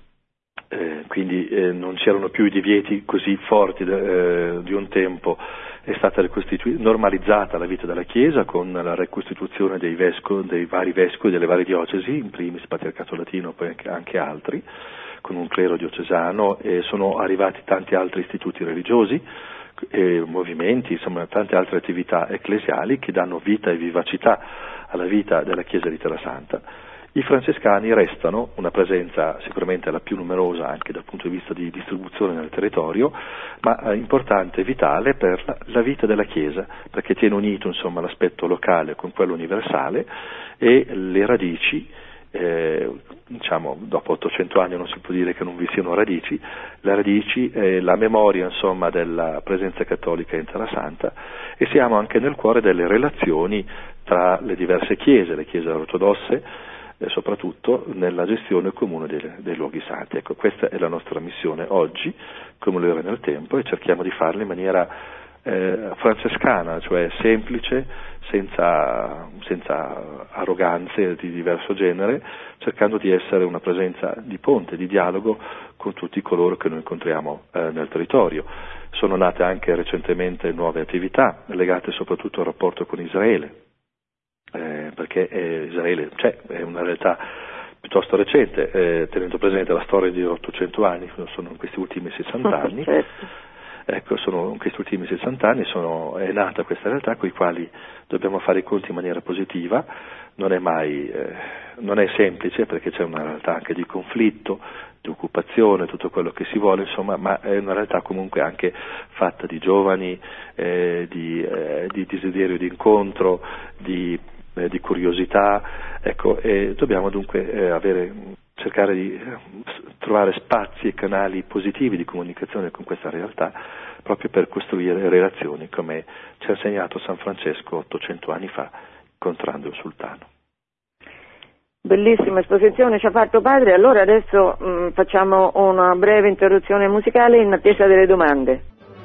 quindi non c'erano più i divieti così forti di un tempo è stata normalizzata la vita della Chiesa con la ricostituzione dei vari vescovi delle varie diocesi, in primis il Patriarcato Latino, poi anche altri, con un clero diocesano, e sono arrivati tanti altri istituti religiosi, movimenti, insomma tante altre attività ecclesiali che danno vita e vivacità alla vita della Chiesa di Terrasanta. I francescani restano una presenza sicuramente la più numerosa anche dal punto di vista di distribuzione nel territorio, ma importante e vitale per la vita della Chiesa, perché tiene unito insomma l'aspetto locale con quello universale, e le radici, diciamo dopo 800 anni non si può dire che non vi siano radici, le radici, la memoria insomma della presenza cattolica in Terrasanta, e siamo anche nel cuore delle relazioni tra le diverse chiese, le chiese ortodosse, e soprattutto nella gestione comune dei luoghi santi. Ecco, questa è la nostra missione oggi, come lo era nel tempo, e cerchiamo di farla in maniera francescana, cioè semplice, senza arroganze di diverso genere, cercando di essere una presenza di ponte, di dialogo con tutti coloro che noi incontriamo nel territorio. Sono nate anche recentemente nuove attività legate soprattutto al rapporto con Israele, perché Israele è una realtà piuttosto recente, tenendo presente la storia di 800 anni, sono in questi ultimi 60 anni.
Certo.
Ecco, in questi ultimi 60 anni è nata questa realtà con i quali dobbiamo fare i conti in maniera positiva. Non è semplice, perché c'è una realtà anche di conflitto, di occupazione, tutto quello che si vuole, insomma, ma è una realtà comunque anche fatta di giovani, di desiderio di incontro, di curiosità, ecco, e dobbiamo dunque cercare di trovare spazi e canali positivi di comunicazione con questa realtà, proprio per costruire relazioni, come ci ha insegnato San Francesco 800 anni fa, incontrando il sultano.
Bellissima esposizione ci ha fatto padre. Allora adesso facciamo una breve interruzione musicale in attesa delle domande.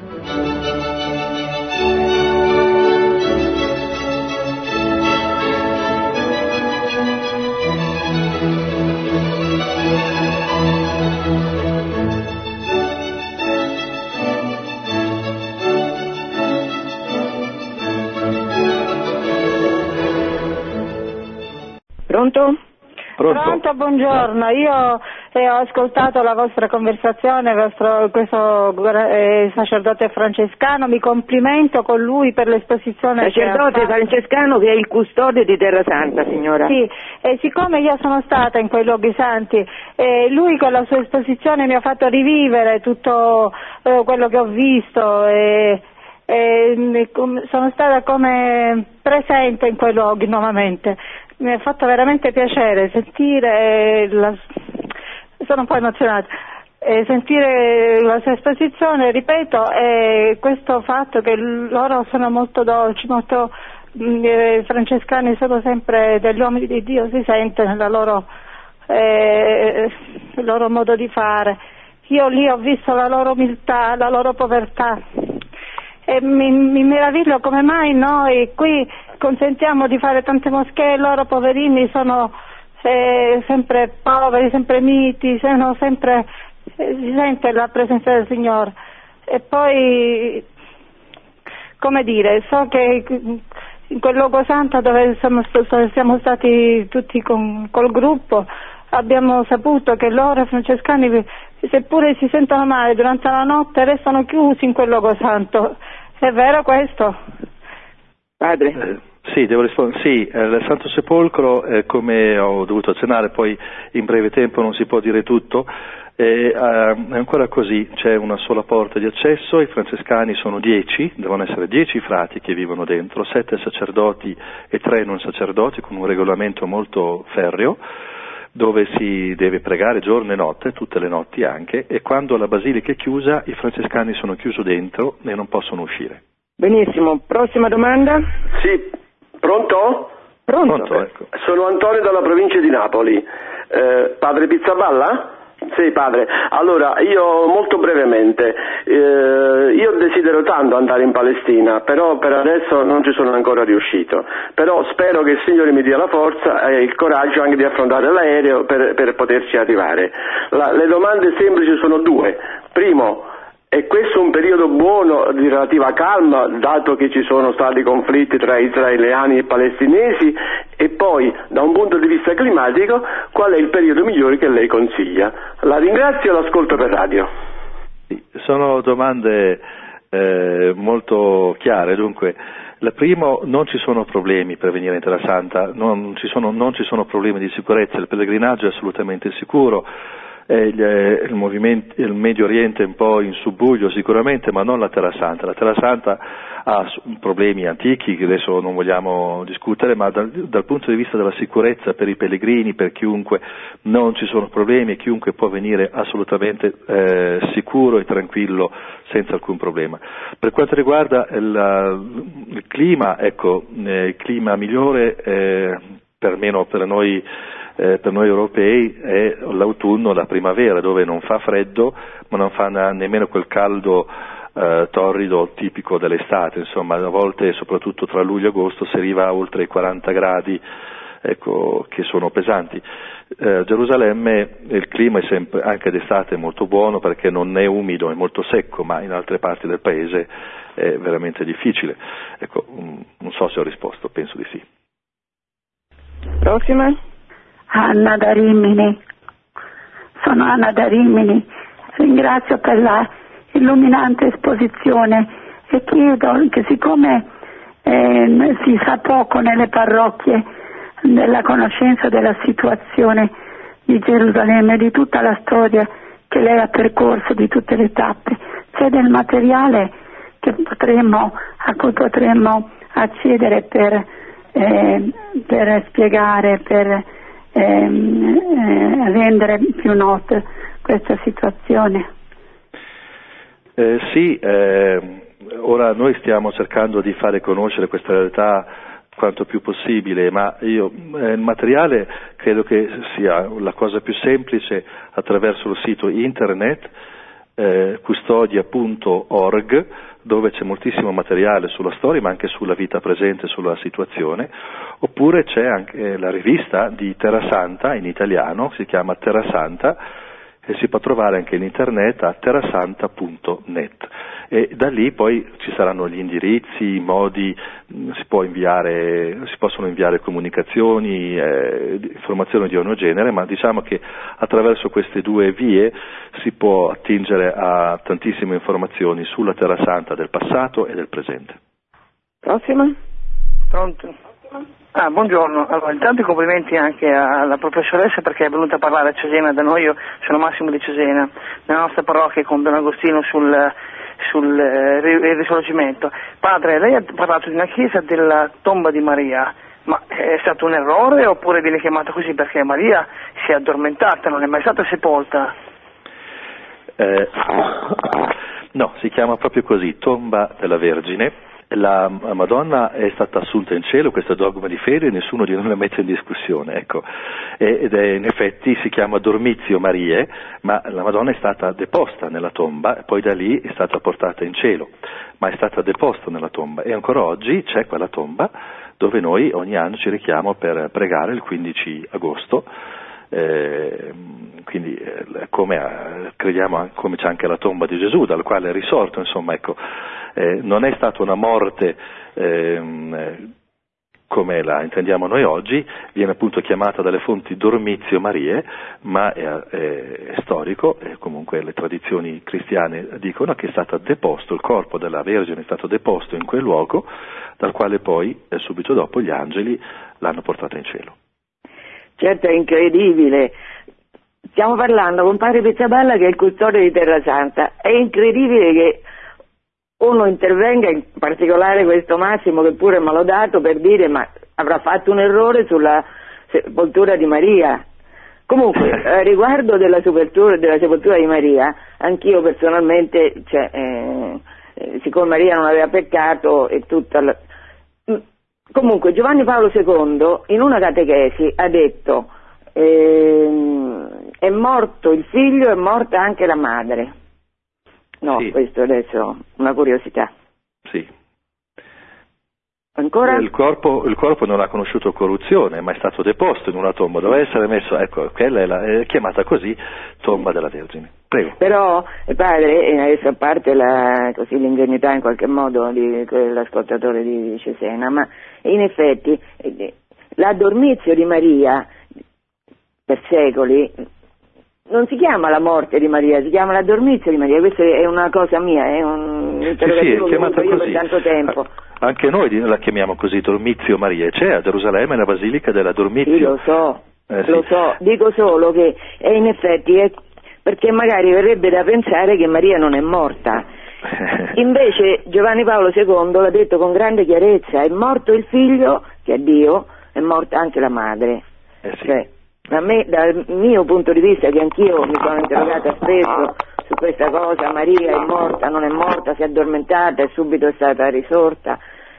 Pronto?
Pronto, buongiorno. Io ho ascoltato la vostra conversazione, questo sacerdote francescano, mi complimento con lui per l'esposizione.
Sacerdote francescano che è il custode di Terrasanta, signora.
Sì, e siccome io sono stata in quei luoghi santi, lui con la sua esposizione mi ha fatto rivivere tutto quello che ho visto, sono stata come presente in quei luoghi nuovamente. Mi ha fatto veramente piacere sentire, sono un po' emozionata, sentire la sua esposizione, ripeto, e questo fatto che loro sono molto dolci, molto francescani, sono sempre degli uomini di Dio, si sente nella il loro modo di fare. Io lì ho visto la loro umiltà, la loro povertà, e mi meraviglio come mai noi qui consentiamo di fare tante moschee, loro poverini sono sempre poveri, sempre miti, si sente la presenza del Signore. E poi, come dire, so che in quel luogo santo dove siamo stati tutti col gruppo, abbiamo saputo che loro francescani, seppure si sentono male durante la notte, restano chiusi in quel luogo santo. È vero questo?
Padre?
Sì, devo rispondere. Sì, il Santo Sepolcro, come ho dovuto accennare, poi in breve tempo non si può dire tutto, è ancora così, c'è una sola porta di accesso, i francescani sono 10, devono essere 10 frati che vivono dentro, 7 sacerdoti e 3 non sacerdoti, con un regolamento molto ferreo, dove si deve pregare giorno e notte, tutte le notti anche, e quando la basilica è chiusa i francescani sono chiusi dentro e non possono uscire.
Benissimo, prossima domanda?
Sì, pronto?
Pronto?
Ecco.
Sono Antonio dalla provincia di Napoli. Padre Pizzaballa? Sì, padre. Allora, io molto brevemente, io desidero tanto andare in Palestina, però per adesso non ci sono ancora riuscito. Però spero che il Signore mi dia la forza e il coraggio anche di affrontare l'aereo per poterci arrivare. Le domande semplici sono due. Primo, È questo un periodo buono di relativa calma, dato che ci sono stati conflitti tra israeliani e palestinesi? E poi, da un punto di vista climatico, qual è il periodo migliore che lei consiglia? La ringrazio e l'ascolto per radio.
Sono domande molto chiare. Dunque, la prima, non ci sono problemi per venire in Terra Santa, non ci sono problemi di sicurezza, il pellegrinaggio è assolutamente sicuro. Il Medio Oriente è un po' in subbuglio sicuramente, ma non la Terra Santa. La Terra Santa ha problemi antichi che adesso non vogliamo discutere, ma dal punto di vista della sicurezza per i pellegrini, per chiunque, non ci sono problemi e chiunque può venire assolutamente sicuro e tranquillo senza alcun problema. Per quanto riguarda il clima, il clima migliore perlomeno per noi europei è l'autunno, la primavera, dove non fa freddo ma non fa nemmeno quel caldo torrido tipico dell'estate. Insomma, a volte, soprattutto tra luglio e agosto, si arriva a oltre i 40 gradi, che sono pesanti. Gerusalemme il clima è sempre, anche d'estate, molto buono perché non è umido, è molto secco, ma in altre parti del paese è veramente difficile. Non so se ho risposto, penso di sì.
Prossima.
Anna da Rimini. Sono Anna da Rimini. Ringrazio per la illuminante esposizione e chiedo che, siccome si sa poco nelle parrocchie della conoscenza della situazione di Gerusalemme, di tutta la storia che lei ha percorso, di tutte le tappe, c'è del materiale a cui potremmo accedere per spiegare, per rendere più nota questa situazione?
Sì, ora noi stiamo cercando di fare conoscere questa realtà quanto più possibile, ma il materiale credo che sia la cosa più semplice attraverso il sito internet custodia.org, dove c'è moltissimo materiale sulla storia ma anche sulla vita presente, sulla situazione. Oppure c'è anche la rivista di Terra Santa in italiano, si chiama Terra Santa, e si può trovare anche in internet a terrasanta.net, e da lì poi ci saranno gli indirizzi, i modi, si possono inviare comunicazioni, informazioni di ogni genere, ma diciamo che attraverso queste due vie si può attingere a tantissime informazioni sulla Terra Santa del passato e del presente.
Prossima.
Pronto? Buongiorno, allora intanto i complimenti anche alla professoressa perché è venuta a parlare a Cesena da noi. Io sono Massimo di Cesena, nella nostra parrocchia con Don Agostino sul risorgimento. Padre, lei ha parlato di una chiesa della tomba di Maria, ma è stato un errore oppure viene chiamata così perché Maria si è addormentata, non è mai stata sepolta?
No, si chiama proprio così, tomba della Vergine. La Madonna è stata assunta in cielo, questo è dogma di fede e nessuno di noi la mette in discussione, ed in effetti si chiama Dormitio Mariae, ma la Madonna è stata deposta nella tomba e poi da lì è stata portata in cielo, ma è stata deposta nella tomba e ancora oggi c'è quella tomba dove noi ogni anno ci rechiamo per pregare il 15 agosto. Quindi crediamo come c'è anche la tomba di Gesù dal quale è risorto, insomma, non è stata una morte come la intendiamo noi oggi, viene appunto chiamata dalle fonti Dormitio Mariae, ma è storico e comunque le tradizioni cristiane dicono che è stato deposto, il corpo della Vergine è stato deposto in quel luogo dal quale poi subito dopo gli angeli l'hanno portata in cielo.
Certo, è incredibile. Stiamo parlando con padre Pizzaballa che è il custode di Terra Santa. È incredibile che uno intervenga, in particolare questo Massimo che pure è malodato, per dire ma avrà fatto un errore sulla sepoltura di Maria. Comunque, riguardo della sepoltura di Maria, anch'io personalmente, siccome Maria non aveva peccato e tutta la... Comunque Giovanni Paolo II in una catechesi ha detto è morto il figlio, è morta anche la madre. No, sì. Questo adesso una curiosità.
Sì.
Ancora?
Il corpo non ha conosciuto corruzione, ma è stato deposto in una tomba, doveva essere messo, quella è chiamata così tomba della Vergine. Prego.
Però, padre, adesso a parte l'ingenuità in qualche modo di quell'ascoltatore di Cesena, ma in effetti l'addormizio di Maria per secoli non si chiama la morte di Maria, si chiama l'addormizio di Maria. Questa è una cosa mia, è un interrogativo che ho avuto io per tanto tempo.
Anche noi la chiamiamo così, Dormizio Maria, c'è a Gerusalemme la Basilica della Dormizio.
Sì, lo so,
sì.
Lo so, dico solo che in effetti è perché magari verrebbe da pensare che Maria non è morta. Invece Giovanni Paolo II l'ha detto con grande chiarezza: è morto il figlio, che è Dio, è morta anche la madre.
Sì.
Cioè, a me, dal mio punto di vista, che anch'io mi sono interrogata spesso su questa cosa, Maria è morta, non è morta, si è addormentata e subito è stata risorta.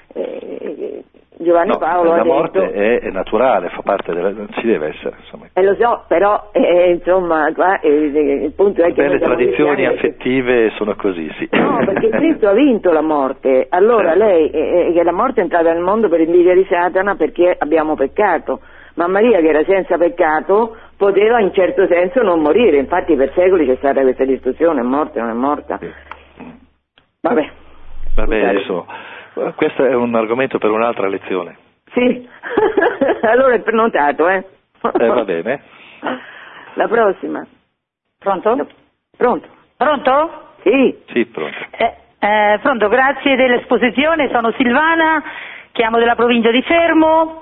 Giovanni Paolo ha
la
detto...
morte è naturale, fa parte ci deve essere, insomma.
Lo so, però insomma qua il punto è che
le tradizioni affettive sono così, sì.
No, perché Cristo ha vinto la morte. Allora lei che la morte è entrata nel mondo per invidia di Satana perché abbiamo peccato, ma Maria, che era senza peccato, poteva in certo senso non morire. Infatti per secoli c'è stata questa discussione: è morta o non è morta.
Sì.
Vabbè,
adesso questo è un argomento per un'altra lezione.
Sì. Allora è prenotato,
va bene.
La prossima.
Pronto?
Pronto?
Pronto?
Sì, pronto.
Pronto, grazie dell'esposizione, sono Silvana, chiamo della provincia di Fermo.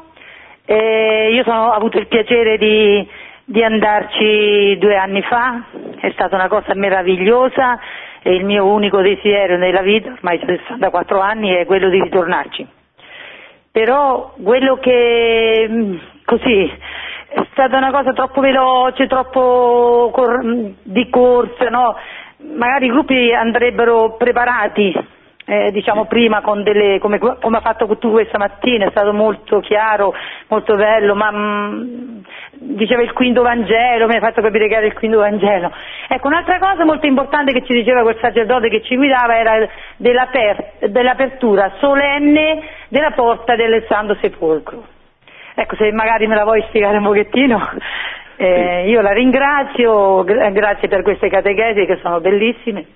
Io ho avuto il piacere di andarci 2 anni fa, è stata una cosa meravigliosa e il mio unico desiderio nella vita, ormai ho 64 anni, è quello di ritornarci. Però quello che così è stata una cosa troppo veloce, troppo di corsa, no? Magari i gruppi andrebbero preparati. Diciamo prima con come ha fatto tu questa mattina, è stato molto chiaro, molto bello, ma diceva il quinto Vangelo, mi hai fatto capire che era il quinto Vangelo. Ecco, un'altra cosa molto importante che ci diceva quel sacerdote che ci guidava era dell'apertura solenne della porta del Santo Sepolcro. Ecco, se magari me la vuoi spiegare un pochettino. Io la ringrazio, grazie per queste catechesi che sono bellissime.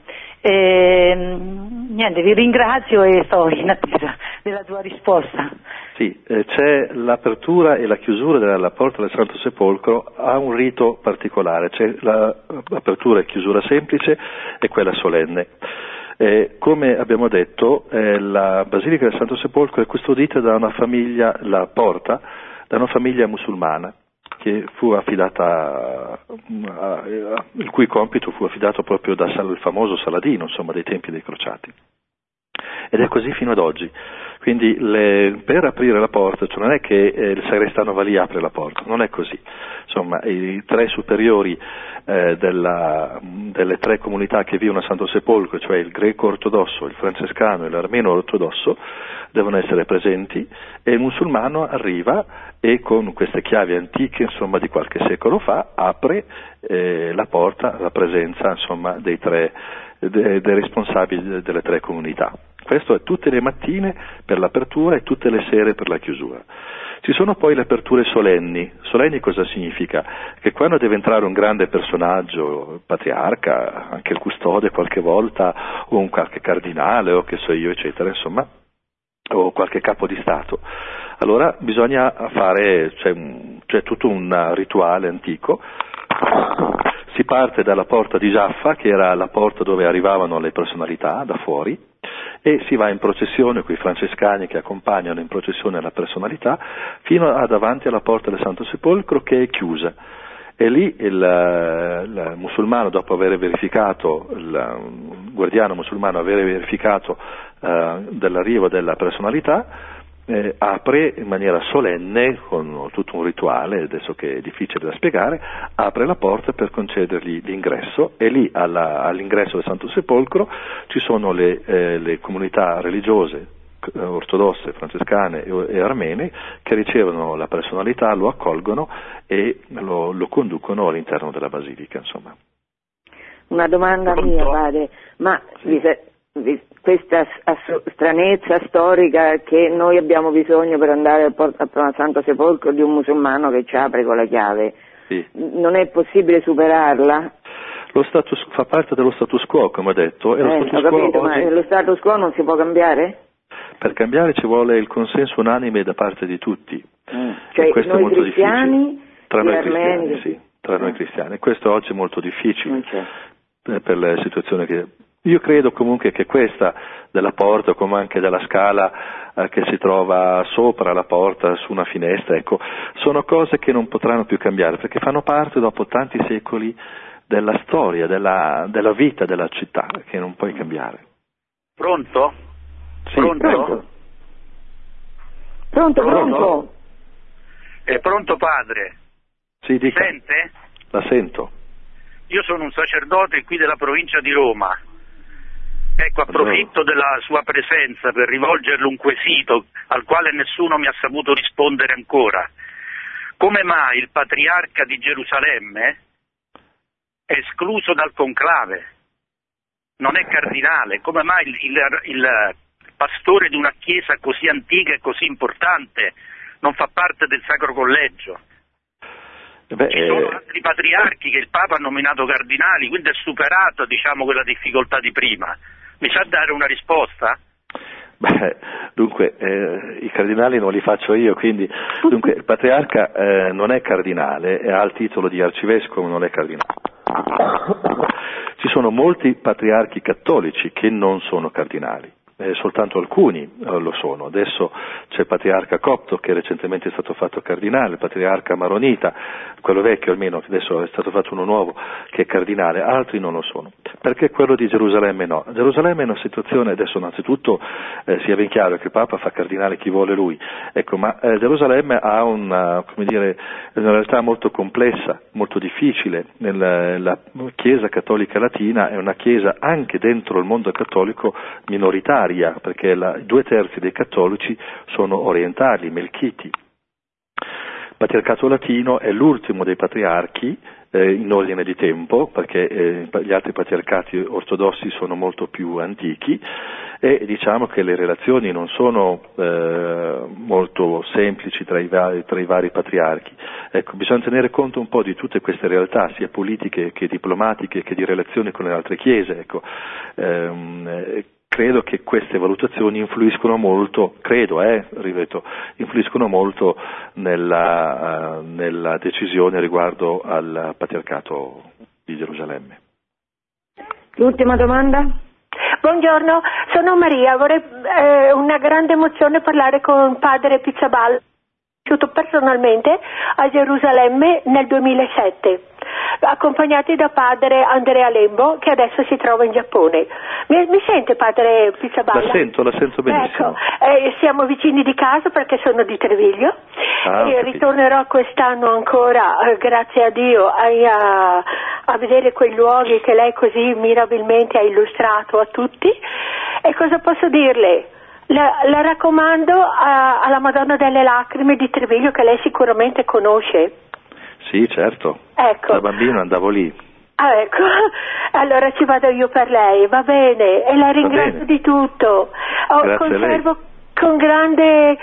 Niente, vi ringrazio e sto in attesa della tua risposta.
Sì, c'è l'apertura e la chiusura della porta del Santo Sepolcro, ha un rito particolare, c'è l'apertura e chiusura semplice e quella solenne. Come abbiamo detto, la Basilica del Santo Sepolcro è custodita da una famiglia, la porta, da una famiglia musulmana, che fu affidata, il cui compito fu affidato proprio dal famoso Saladino, insomma, dei tempi dei crociati. Ed è così fino ad oggi. Quindi per aprire la porta, cioè non è che il sagrestano va lì e apre la porta, non è così. Insomma, i 3 superiori delle 3 comunità che vivono a Santo Sepolcro, cioè il greco ortodosso, il francescano e l'armeno ortodosso, devono essere presenti e il musulmano arriva e con queste chiavi antiche, insomma, di qualche secolo fa, apre la porta alla presenza, insomma, dei responsabili delle 3 comunità. Questo è tutte le mattine per l'apertura e tutte le sere per la chiusura. Ci sono poi le aperture solenni. Solenni cosa significa? Che quando deve entrare un grande personaggio, il patriarca, anche il custode qualche volta, o un qualche cardinale, o che so io, eccetera, insomma, o qualche capo di Stato, allora bisogna fare, c'è tutto un rituale antico. Si parte dalla porta di Giaffa, che era la porta dove arrivavano le personalità da fuori, e si va in processione con i francescani che accompagnano in processione la personalità fino a davanti alla porta del Santo Sepolcro, che è chiusa. E lì il musulmano, dopo aver verificato, il guardiano musulmano aver verificato dell'arrivo della personalità, apre in maniera solenne, con tutto un rituale, adesso che è difficile da spiegare, apre la porta per concedergli l'ingresso, e lì all'ingresso del Santo Sepolcro ci sono le comunità religiose ortodosse, francescane e armene che ricevono la personalità, lo accolgono e lo conducono all'interno della basilica, insomma. Una domanda mia, padre, ma questa stranezza storica che noi abbiamo bisogno per andare al Santo Sepolcro di un musulmano che ci apre con la chiave, non è possibile superarla? fa parte dello status quo, come ho detto. E
ho capito, ma lo status quo non si può cambiare?
Per cambiare ci vuole il consenso unanime da parte di tutti.
Cioè
e questo
noi
è molto
cristiani,
difficile. Tra noi
armeni,
cristiani, sì, tra noi cristiani. Questo oggi è molto difficile per la situazione che... Io credo comunque che questa della porta, come anche della scala che si trova sopra la porta, su una finestra, ecco, sono cose che non potranno più cambiare, perché fanno parte dopo tanti secoli della storia, della vita della città, che non puoi cambiare.
Pronto?
Sì,
Pronto?
Pronto?
È pronto, padre?
Sì, dica.
Sente?
La sento.
Io sono un sacerdote qui della provincia di Roma. Ecco, approfitto della sua presenza per rivolgerle un quesito al quale nessuno mi ha saputo rispondere ancora. Come mai il patriarca di Gerusalemme è escluso dal conclave? Non è cardinale? Come mai il pastore di una chiesa così antica e così importante non fa parte del Sacro Collegio? Ci sono altri patriarchi che il Papa ha nominato cardinali, quindi è superato, diciamo, quella difficoltà di prima. Mi sa dare una risposta?
Dunque, i cardinali non li faccio io, quindi dunque il patriarca non è cardinale, ha il titolo di arcivescovo, non è cardinale. Ci sono molti patriarchi cattolici che non sono cardinali. Soltanto alcuni lo sono. Adesso c'è il patriarca copto che recentemente è stato fatto cardinale, il patriarca maronita, quello vecchio almeno, adesso è stato fatto uno nuovo che è cardinale, altri non lo sono. Perché quello di Gerusalemme no? Gerusalemme è una situazione, adesso innanzitutto sia ben chiaro che il Papa fa cardinale chi vuole lui, ecco, ma Gerusalemme ha una realtà molto complessa, molto difficile. La Chiesa cattolica latina è una chiesa anche dentro il mondo cattolico minoritaria, perché 2/3 dei cattolici sono orientali, melchiti. Il patriarcato latino è l'ultimo dei patriarchi in ordine di tempo, perché gli altri patriarcati ortodossi sono molto più antichi, e diciamo che le relazioni non sono molto semplici tra i vari patriarchi. Ecco, bisogna tenere conto un po' di tutte queste realtà, sia politiche che diplomatiche che di relazioni con le altre chiese, ecco. Credo che queste valutazioni influiscono molto, influiscono molto nella decisione riguardo al patriarcato di Gerusalemme.
L'ultima domanda?
Buongiorno, sono Maria, vorrei una grande emozione parlare con padre Pizzaballa, personalmente a Gerusalemme nel 2007, accompagnati da padre Andrea Lembo, che adesso si trova in Giappone. Mi sente, padre Pizzaballa?
La sento benissimo.
Ecco, siamo vicini di casa perché sono di Treviglio e ritornerò quest'anno ancora, grazie a Dio, a vedere quei luoghi che lei così mirabilmente ha illustrato a tutti. E cosa posso dirle? La raccomando alla Madonna delle Lacrime di Treviglio, che lei sicuramente conosce.
Sì, certo.
Ecco.
Da bambino andavo lì.
Ah, ecco, allora ci vado io per lei, va bene, e la ringrazio di tutto. Conservo con grande,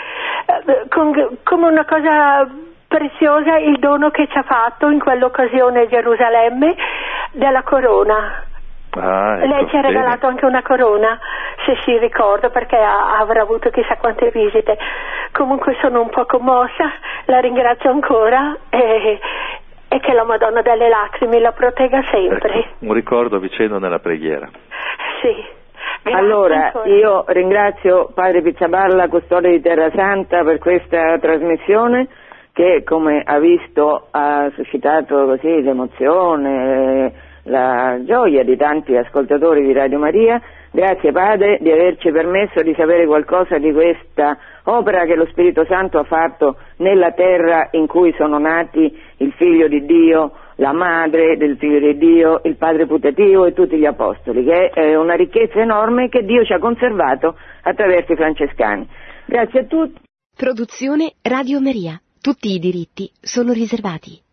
come una cosa preziosa il dono che ci ha fatto in quell'occasione a Gerusalemme della corona.
Ecco,
lei ci ha regalato anche una corona, se si ricorda, perché avrà avuto chissà quante visite. Comunque sono un po' commossa, la ringrazio ancora e che la Madonna delle Lacrime la protegga sempre.
Ecco, un ricordo vicino nella preghiera.
Sì. Grazie
allora,
ancora.
Io ringrazio padre Pizzaballa, custode di Terra Santa, per questa trasmissione che, come ha visto, ha suscitato così l'emozione, la gioia di tanti ascoltatori di Radio Maria. Grazie padre di averci permesso di sapere qualcosa di questa opera che lo Spirito Santo ha fatto nella terra in cui sono nati il Figlio di Dio, la Madre del Figlio di Dio, il Padre putativo e tutti gli Apostoli, che è una ricchezza enorme che Dio ci ha conservato attraverso i francescani. Grazie a tutti.
Produzione Radio Maria. Tutti i diritti sono riservati.